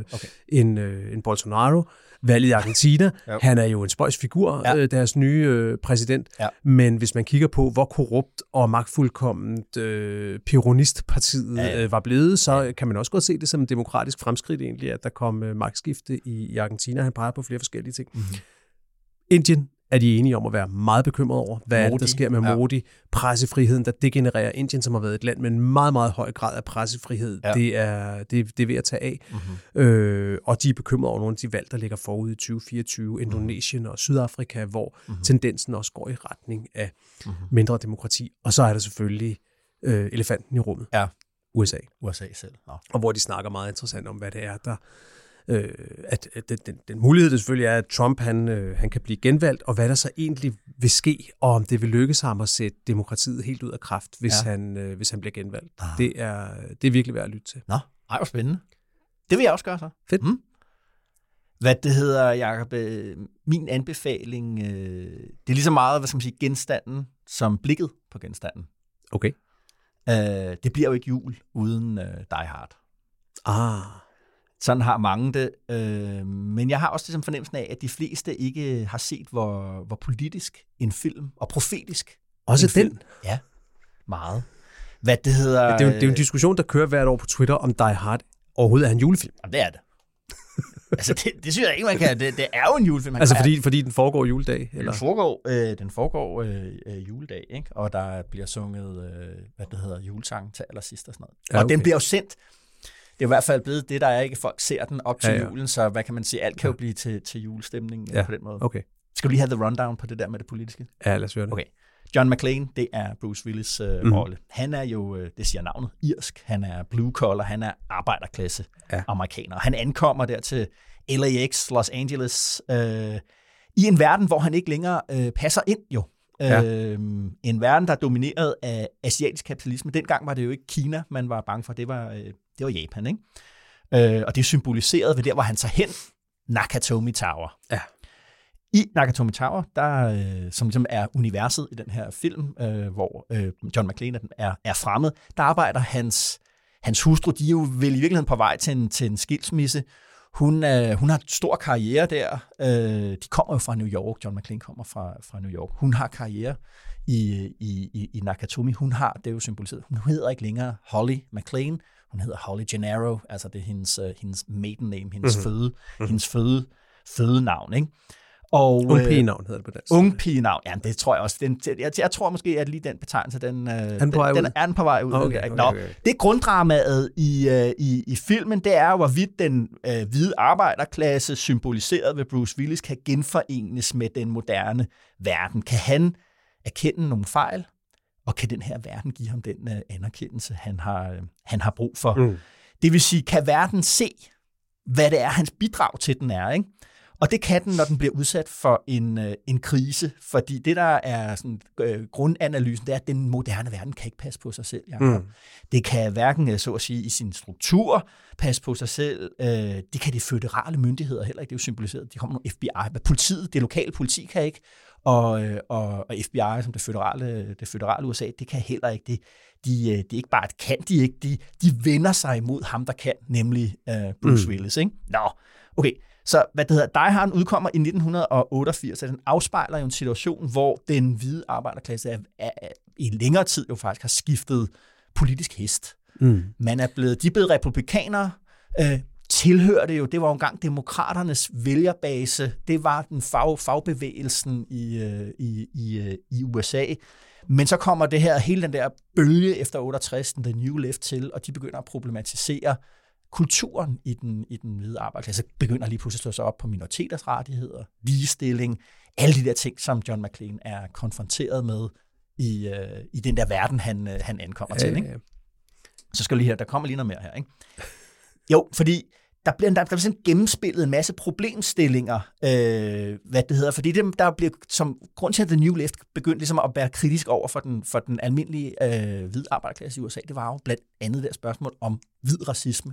end Bolsonaro. Valget i Argentina. Han er jo en spøjs figur, deres nye præsident. Ja. Men hvis man kigger på, hvor korrupt og magtfuldkomment Peronistpartiet var blevet, så kan man også godt se det som en demokratisk fremskridt egentlig, at der kom magtskifte i Argentina. Han peger på flere forskellige ting. Indien er de enige om at være meget bekymret over, hvad er det, der sker med Modi. Pressefriheden, der degenererer Indien, som har været et land med en meget, meget høj grad af pressefrihed. Det er ved at tage af. Og de er bekymret over nogle af de valg, der ligger forud i 2024. Indonesien og Sydafrika, hvor tendensen også går i retning af mindre demokrati. Og så er der selvfølgelig elefanten i rummet. Ja. USA. USA selv. Nå. Og hvor de snakker meget interessant om, hvad det er, der... at den mulighed, det selvfølgelig er, at Trump han kan blive genvalgt, og hvad der så egentlig vil ske, og om det vil lykkes ham at sætte demokratiet helt ud af kraft, hvis han bliver genvalgt. Det er virkelig værd at lytte til. Nå, ej, hvor spændende. Det vil jeg også gøre så. Fedt. Hvad det hedder, Jacob, min anbefaling, det er lige så meget, hvad skal man sige, genstanden, som blikket på genstanden. Okay. Det bliver jo ikke jul uden Die Hard. Sådan har mange det, men jeg har også ligesom fornemmelsen af, at de fleste ikke har set, hvor politisk en film, og profetisk også en den? Film. Ja, meget. Hvad det hedder... Ja, det er jo en diskussion, der kører hvert år på Twitter, om Die Hard overhovedet er en julefilm. Jamen, det er det. Altså, det synes jeg ikke, man kan. Det er jo en julefilm. Altså, fordi den foregår juledag? Eller? Den foregår juledag, ikke? Og der bliver sunget, julesang til allersidst og sådan noget. Ja, okay. Og den bliver jo sendt. Det er i hvert fald blevet det, der er ikke. Folk ser den op til julen, så hvad kan man sige? Alt kan jo blive til julestemning på den måde. Okay. Skal du lige have the rundown på det der med det politiske? Ja, lad os høre det. Okay. John McClane, det er Bruce Willis rolle. Han er jo, det siger navnet, irsk. Han er blue collar, han er arbejderklasse amerikaner. Han ankommer der til LAX, Los Angeles, i en verden, hvor han ikke længere passer ind jo. En verden, der er domineret af asiatisk kapitalisme. Dengang var det jo ikke Kina, man var bange for. Det var Japan, ikke? Og det er symboliseret ved der, hvor han tager hen, Nakatomi Tower. Ja. I Nakatomi Tower, der, som ligesom er universet i den her film, hvor John McClane er fremmed, der arbejder hans hustru. De er jo vel i virkeligheden på vej til en skilsmisse. Hun har en stor karriere der. De kommer jo fra New York. John McClane kommer fra New York. Hun har karriere i Nakatomi. Hun har, det er jo symboliseret, hun hedder ikke længere Holly McClane. Hun hedder Holly Gennaro. Altså det er hendes maiden name, hendes fødenavn, ikke? Og ung pigenavn hedder det på dansk. Ung pigenavn, ja, det tror jeg også. Jeg tror måske, at lige den betegnelse, den er på vej ud. Okay. Det grunddramaet i filmen, det er jo, hvorvidt den hvide arbejderklasse, symboliseret ved Bruce Willis, kan genforenes med den moderne verden. Kan han erkende nogle fejl, og kan den her verden give ham den anerkendelse, han har brug for? Det vil sige, kan verden se, hvad det er, hans bidrag til den er, ikke? Og det kan den, når den bliver udsat for en krise, fordi det, der er sådan, grundanalysen, det er, at den moderne verden kan ikke passe på sig selv. Det kan hverken, så at sige, i sin struktur passe på sig selv. Det kan de føderale myndigheder heller ikke. Det er jo symboliseret. De kommer nogle FBI. Politiet, det lokale politi kan ikke, og FBI, som det føderale USA, det kan heller ikke. Det er ikke bare, at kan de ikke. De vender sig imod ham, der kan, nemlig Bruce Willis. Ikke? Nå, okay. Så Die Hard udkommer i 1988, og den afspejler jo en situation, hvor den hvide arbejderklasse i længere tid jo faktisk har skiftet politisk hest. De er blevet republikanere, tilhørte jo, det var jo engang demokraternes vælgerbase, det var den fagbevægelsen i USA. Men så kommer det her, hele den der bølge efter 68, The New Left til, og de begynder at problematisere kulturen i den hvide arbejderklasse, begynder lige pludselig at slå sig op på minoriteters rettigheder, ligestilling, alle de der ting, som John McClane er konfronteret med i den der verden, han ankommer til. Ikke? Så skal lige her, der kommer lige noget mere her. Ikke? Jo, fordi der bliver sådan gennemspillet en masse problemstillinger, fordi der bliver som grund til, at The New Left begyndte ligesom at være kritisk over for den almindelige hvide arbejderklasse i USA, det var jo blandt andet der spørgsmål om hvid racisme.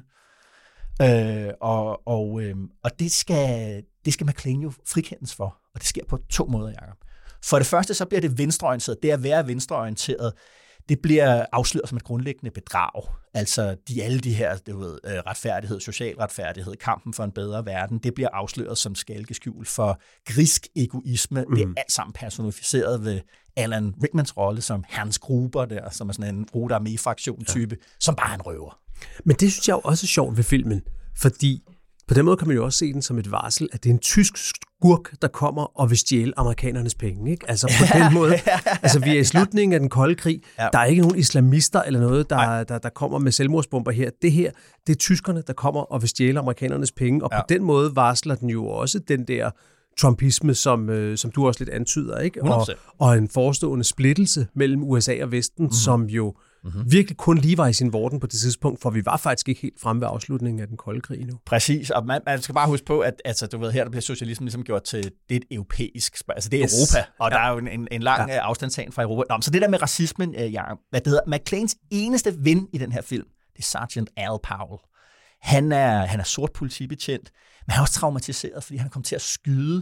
Og det skal McClane jo frikendes for, og det sker på 2 måder, Jacob. For det første, så bliver det venstreorienteret. Det at være venstreorienteret, det bliver afsløret som et grundlæggende bedrag. Altså alle de her retfærdighed, social retfærdighed, kampen for en bedre verden, det bliver afsløret som skalkeskjul for grisk egoisme. Det er alt sammen personificeret ved Alan Rickmans rolle som Hans Gruber, der, som er sådan en Rote Armee-fraktion-type, som bare er en røver. Men det synes jeg jo også er sjovt ved filmen, fordi på den måde kan man jo også se den som et varsel, at det er en tysk skurk, der kommer og vil stjæle amerikanernes penge. Ikke? Altså på den måde. Altså vi er i slutningen af den kolde krig. Ja. Der er ikke nogen islamister eller noget, der kommer med selvmordsbomber her. Det er tyskerne, der kommer og vil stjæle amerikanernes penge. Og på den måde varsler den jo også den der trumpisme, som du også lidt antyder. Ikke? Og en forestående splittelse mellem USA og Vesten, som jo virkelig kun lige var i sin vorden på det tidspunkt, for vi var faktisk ikke helt fremme ved afslutningen af den kolde krig nu. Præcis, og man skal bare huske på, at altså, du ved, her der bliver socialismen ligesom gjort til det er et europæisk, altså det er Europa, og der er jo en lang afstandstagen fra Europa. Nå, så det der med racismen, McClanes eneste ven i den her film, det er Sergeant Al Powell. Han er sort politibetjent, men han er også traumatiseret, fordi han kom til at skyde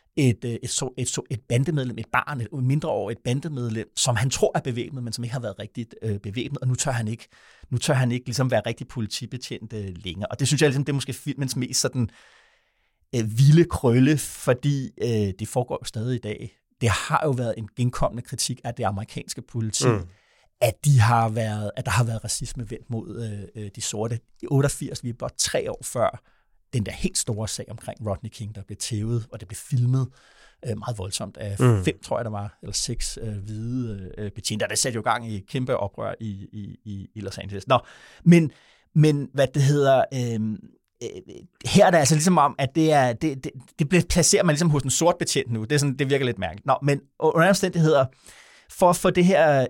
et bandemedlem, et barn, et mindreårigt bandemedlem, som han tror er bevæbnet, men som ikke har været rigtigt bevæbnet, og nu tør han ikke ligesom være rigtig politibetjent længere. Og det synes jeg ligesom, det er måske filmens mest sådan vilde krølle, fordi det foregår jo stadig i dag. Det har jo været en genkommende kritik af det amerikanske politi, at der har været racisme vendt mod de sorte. I 88, vi er blot 3 år før den der helt store sag omkring Rodney King, der blev tævet, og det blev filmet meget voldsomt af 5, tror jeg der var, eller 6 hvide betjente. Det satte jo gang i kæmpe oprør i Los Angeles. Nå, men hvad det hedder, her er det altså ligesom om, at det bliver placeret man ligesom hos en sort betjent nu. Det virker lidt mærkeligt. Nå, men under omstændigheder, for at få det her,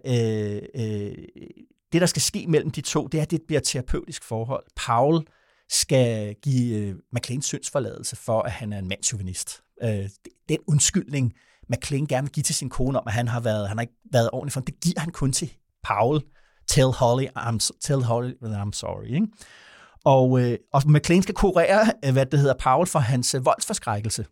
det der skal ske mellem de to, det er, at det bliver et terapeutisk forhold. Powell skal give McClane syndsforladelse for, at han er en mandschauvinist. Den undskyldning, McClane gerne vil give til sin kone om, at han har ikke været ordentlig for ham, det giver han kun til Powell. Tell Holly, I'm sorry. Ikke? Og McClane skal kurere, Powell for hans voldsforskrækkelse.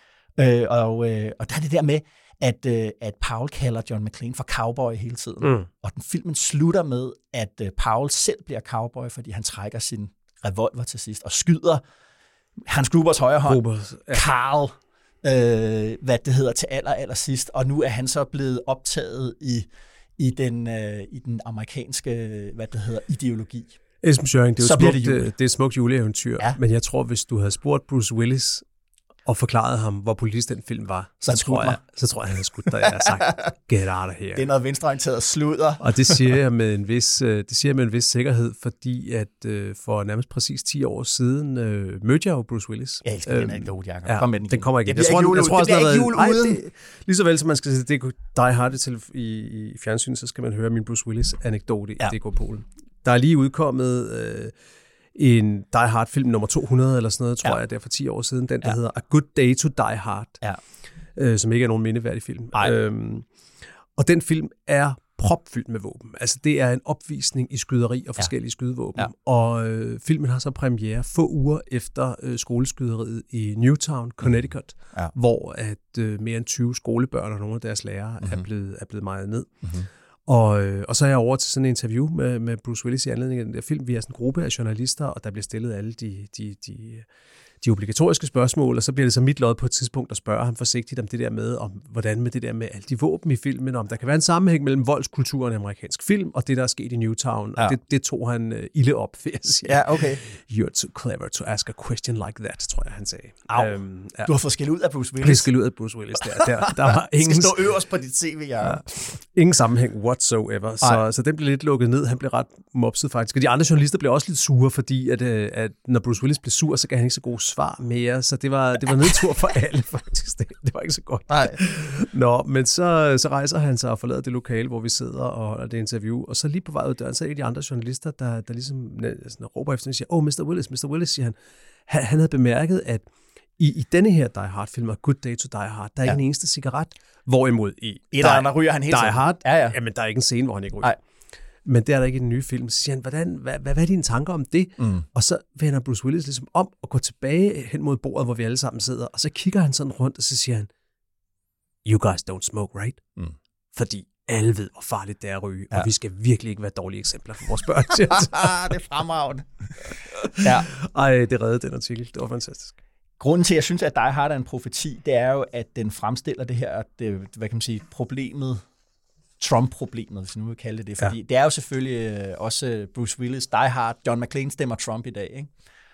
Og der er det der med, at Powell kalder John McClane for cowboy hele tiden. Og den filmen slutter med, at Powell selv bliver cowboy, fordi han trækker sin revolver til sidst, og skyder Hans Grubers højre hånd, Carl, til aller sidst, og nu er han så blevet optaget i den amerikanske, ideologi. Esben Schøring, det er et smukt juleeventyr, men jeg tror, hvis du havde spurgt Bruce Willis og forklaret ham, hvor politisk den film var, så tror jeg, han havde skudt dig og sagt, get out of here. Det er noget venstreorienteret sludder. Og det siger jeg med en vis sikkerhed, fordi at for nærmest præcis 10 år siden mødte jeg jo Bruce Willis. Jeg elsker den anekdote, Jacob. Kom med den. Den kommer igen. Det bliver ikke jul uden. Lige så vel som man skal sige, Die Hard til i fjernsynet, så skal man høre min Bruce Willis-anekdote i DK Polen. Der er lige udkommet en Die Hard-film nummer 200 eller sådan noget, tror jeg, der for 10 år siden. Den, der hedder A Good Day to Die Hard, som ikke er nogen mindeværdig film. Og den film er propfyldt med våben. Altså, det er en opvisning i skyderi og forskellige skydevåben. Og filmen har så premiere få uger efter skoleskyderiet i Newtown, Connecticut, hvor at mere end 20 skolebørn og nogle af deres lærere er blevet mejet ned. Og så er jeg over til sådan en interview med Bruce Willis i anledning af den der film. Vi er sådan en gruppe af journalister, og der bliver stillet alle de obligatoriske spørgsmål, og så bliver det så mit lod på et tidspunkt at spørge ham forsigtigt om det der med, om hvordan med det der med alle de våben i filmen, om der kan være en sammenhæng mellem voldskulturen i amerikansk film, og det, der er sket i Newtown. Og det tog han ilde op, vil jeg sige. Ja, okay. You're too clever to ask a question like that, tror jeg, han sagde. Du har fået skæld ud af Bruce Willis. Jeg har skæld ud af Bruce Willis der var ingen... skal stå øverst på dit CV, ingen sammenhæng whatsoever. Så den blev lidt lukket ned. Han blev ret mopset faktisk. Og de andre journalister blev også lidt sure, fordi at når Bruce Willis blev sur, så gav han ikke så gode svar mere, så det var nedtur for alle faktisk. Det var ikke så godt. Nej. Nå, men så rejser han sig og forlader det lokale, hvor vi sidder og holder det interview, og så lige på vej ud af døren, så er de andre journalister, der ligesom sådan, råber efter, og siger, Mr. Willis, siger han. Han havde bemærket, at i denne her Die Hard-film, Good Day to Die Hard, der er ikke en eneste cigaret, hvorimod i der ryger han hele Die Hard, jamen der er ikke en scene, hvor han ikke ryger. Nej. Men det er der ikke i den nye film. Så siger han, hvad er dine tanker om det? Og så vender Bruce Willis ligesom om og går tilbage hen mod bordet, hvor vi alle sammen sidder, og så kigger han sådan rundt, og så siger han, you guys don't smoke, right? Fordi alle ved, hvor farligt det er at ryge, og vi skal virkelig ikke være dårlige eksempler for vores børn. Det er fremragende. Ej, det reddede den artikel. Det var fantastisk. Grunden til, at jeg synes, at Die Hard er en profeti, det er jo, at den fremstiller det her, problemet, Trump-problemet, hvis vi nu vil kalde det. Fordi det er jo selvfølgelig også Bruce Willis, Die Hard, John McClane stemmer Trump i dag, ikke?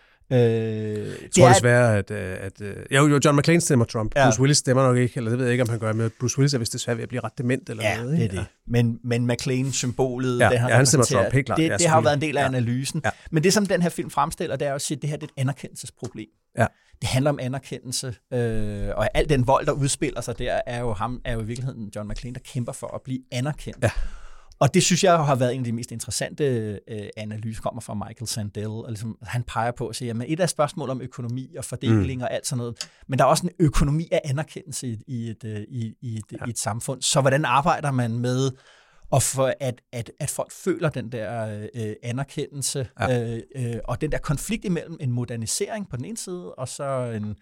Jeg tror desværre, at John McClane stemmer Trump. Bruce Willis stemmer nok ikke, eller det ved jeg ikke, om han gør, men Bruce Willis er vist desværre ved at blive ret dement eller noget. Ja, det er det. Men McClane-symbolet, han stemmer Trump, helt klart. Det har jo været en del af analysen. Ja. Men det, som den her film fremstiller, det er jo at sige, at det her er et anerkendelsesproblem. Ja. Det handler om anerkendelse, og al den vold, der udspiller sig der, er jo i virkeligheden John McClane, der kæmper for at blive anerkendt. Ja. Og det synes jeg har været en af de mest interessante analyser, kommer fra Michael Sandel. Og ligesom, han peger på at sige, at et af spørgsmål om økonomi og fordeling og alt sådan noget, men der er også en økonomi af anerkendelse i et samfund. Så hvordan arbejder man med og for at folk føler den der anerkendelse og den der konflikt imellem en modernisering på den ene side, og så en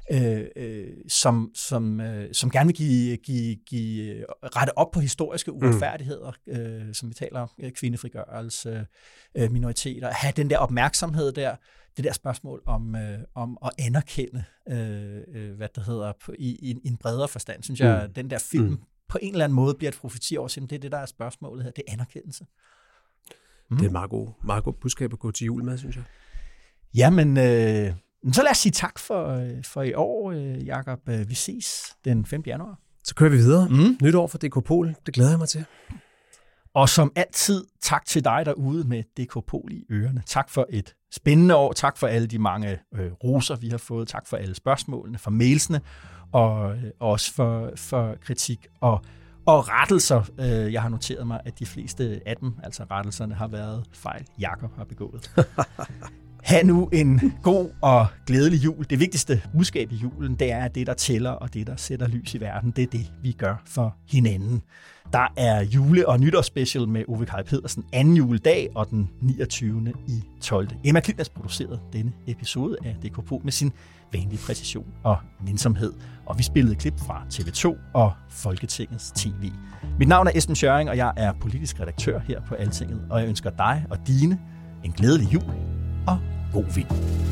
som gerne vil give rette op på historiske uretfærdigheder, som vi taler om, kvindefrigørelse, minoriteter, have den der opmærksomhed der, det der spørgsmål om at anerkende, hvad det hedder, i en bredere forstand, synes jeg, den der film på en eller anden måde bliver et profeti over, det er det, der er spørgsmålet her, det er anerkendelse. Det er et meget god budskab at gå til jul med, synes jeg. Jamen, så lad os sige tak for i år, Jakob. Vi ses den 5. januar. Så kører vi videre. Nyt år for DK Pol. Det glæder jeg mig til. Og som altid, tak til dig derude med DK Pol i ørerne. Tak for et spændende år. Tak for alle de mange roser, vi har fået. Tak for alle spørgsmålene, for mailsene, og også for kritik og rettelser. Jeg har noteret mig, at de fleste af dem, altså rettelserne, har været fejl, Jakob har begået. Ha' nu en god og glædelig jul. Det vigtigste budskab i julen, det er, at det, der tæller, og det, der sætter lys i verden, det er det, vi gør for hinanden. Der er jule- og nytårsspecial med Ove Kaj Pedersen anden juledag og den 29. i 12. Emma Klitnes producerede denne episode af DK Pol med sin vanlige præcision og nænsomhed. Og vi spillede klip fra TV2 og Folketingets TV. Mit navn er Esben Schøring, og jeg er politisk redaktør her på Altinget. Og jeg ønsker dig og dine en glædelig jul og god vind.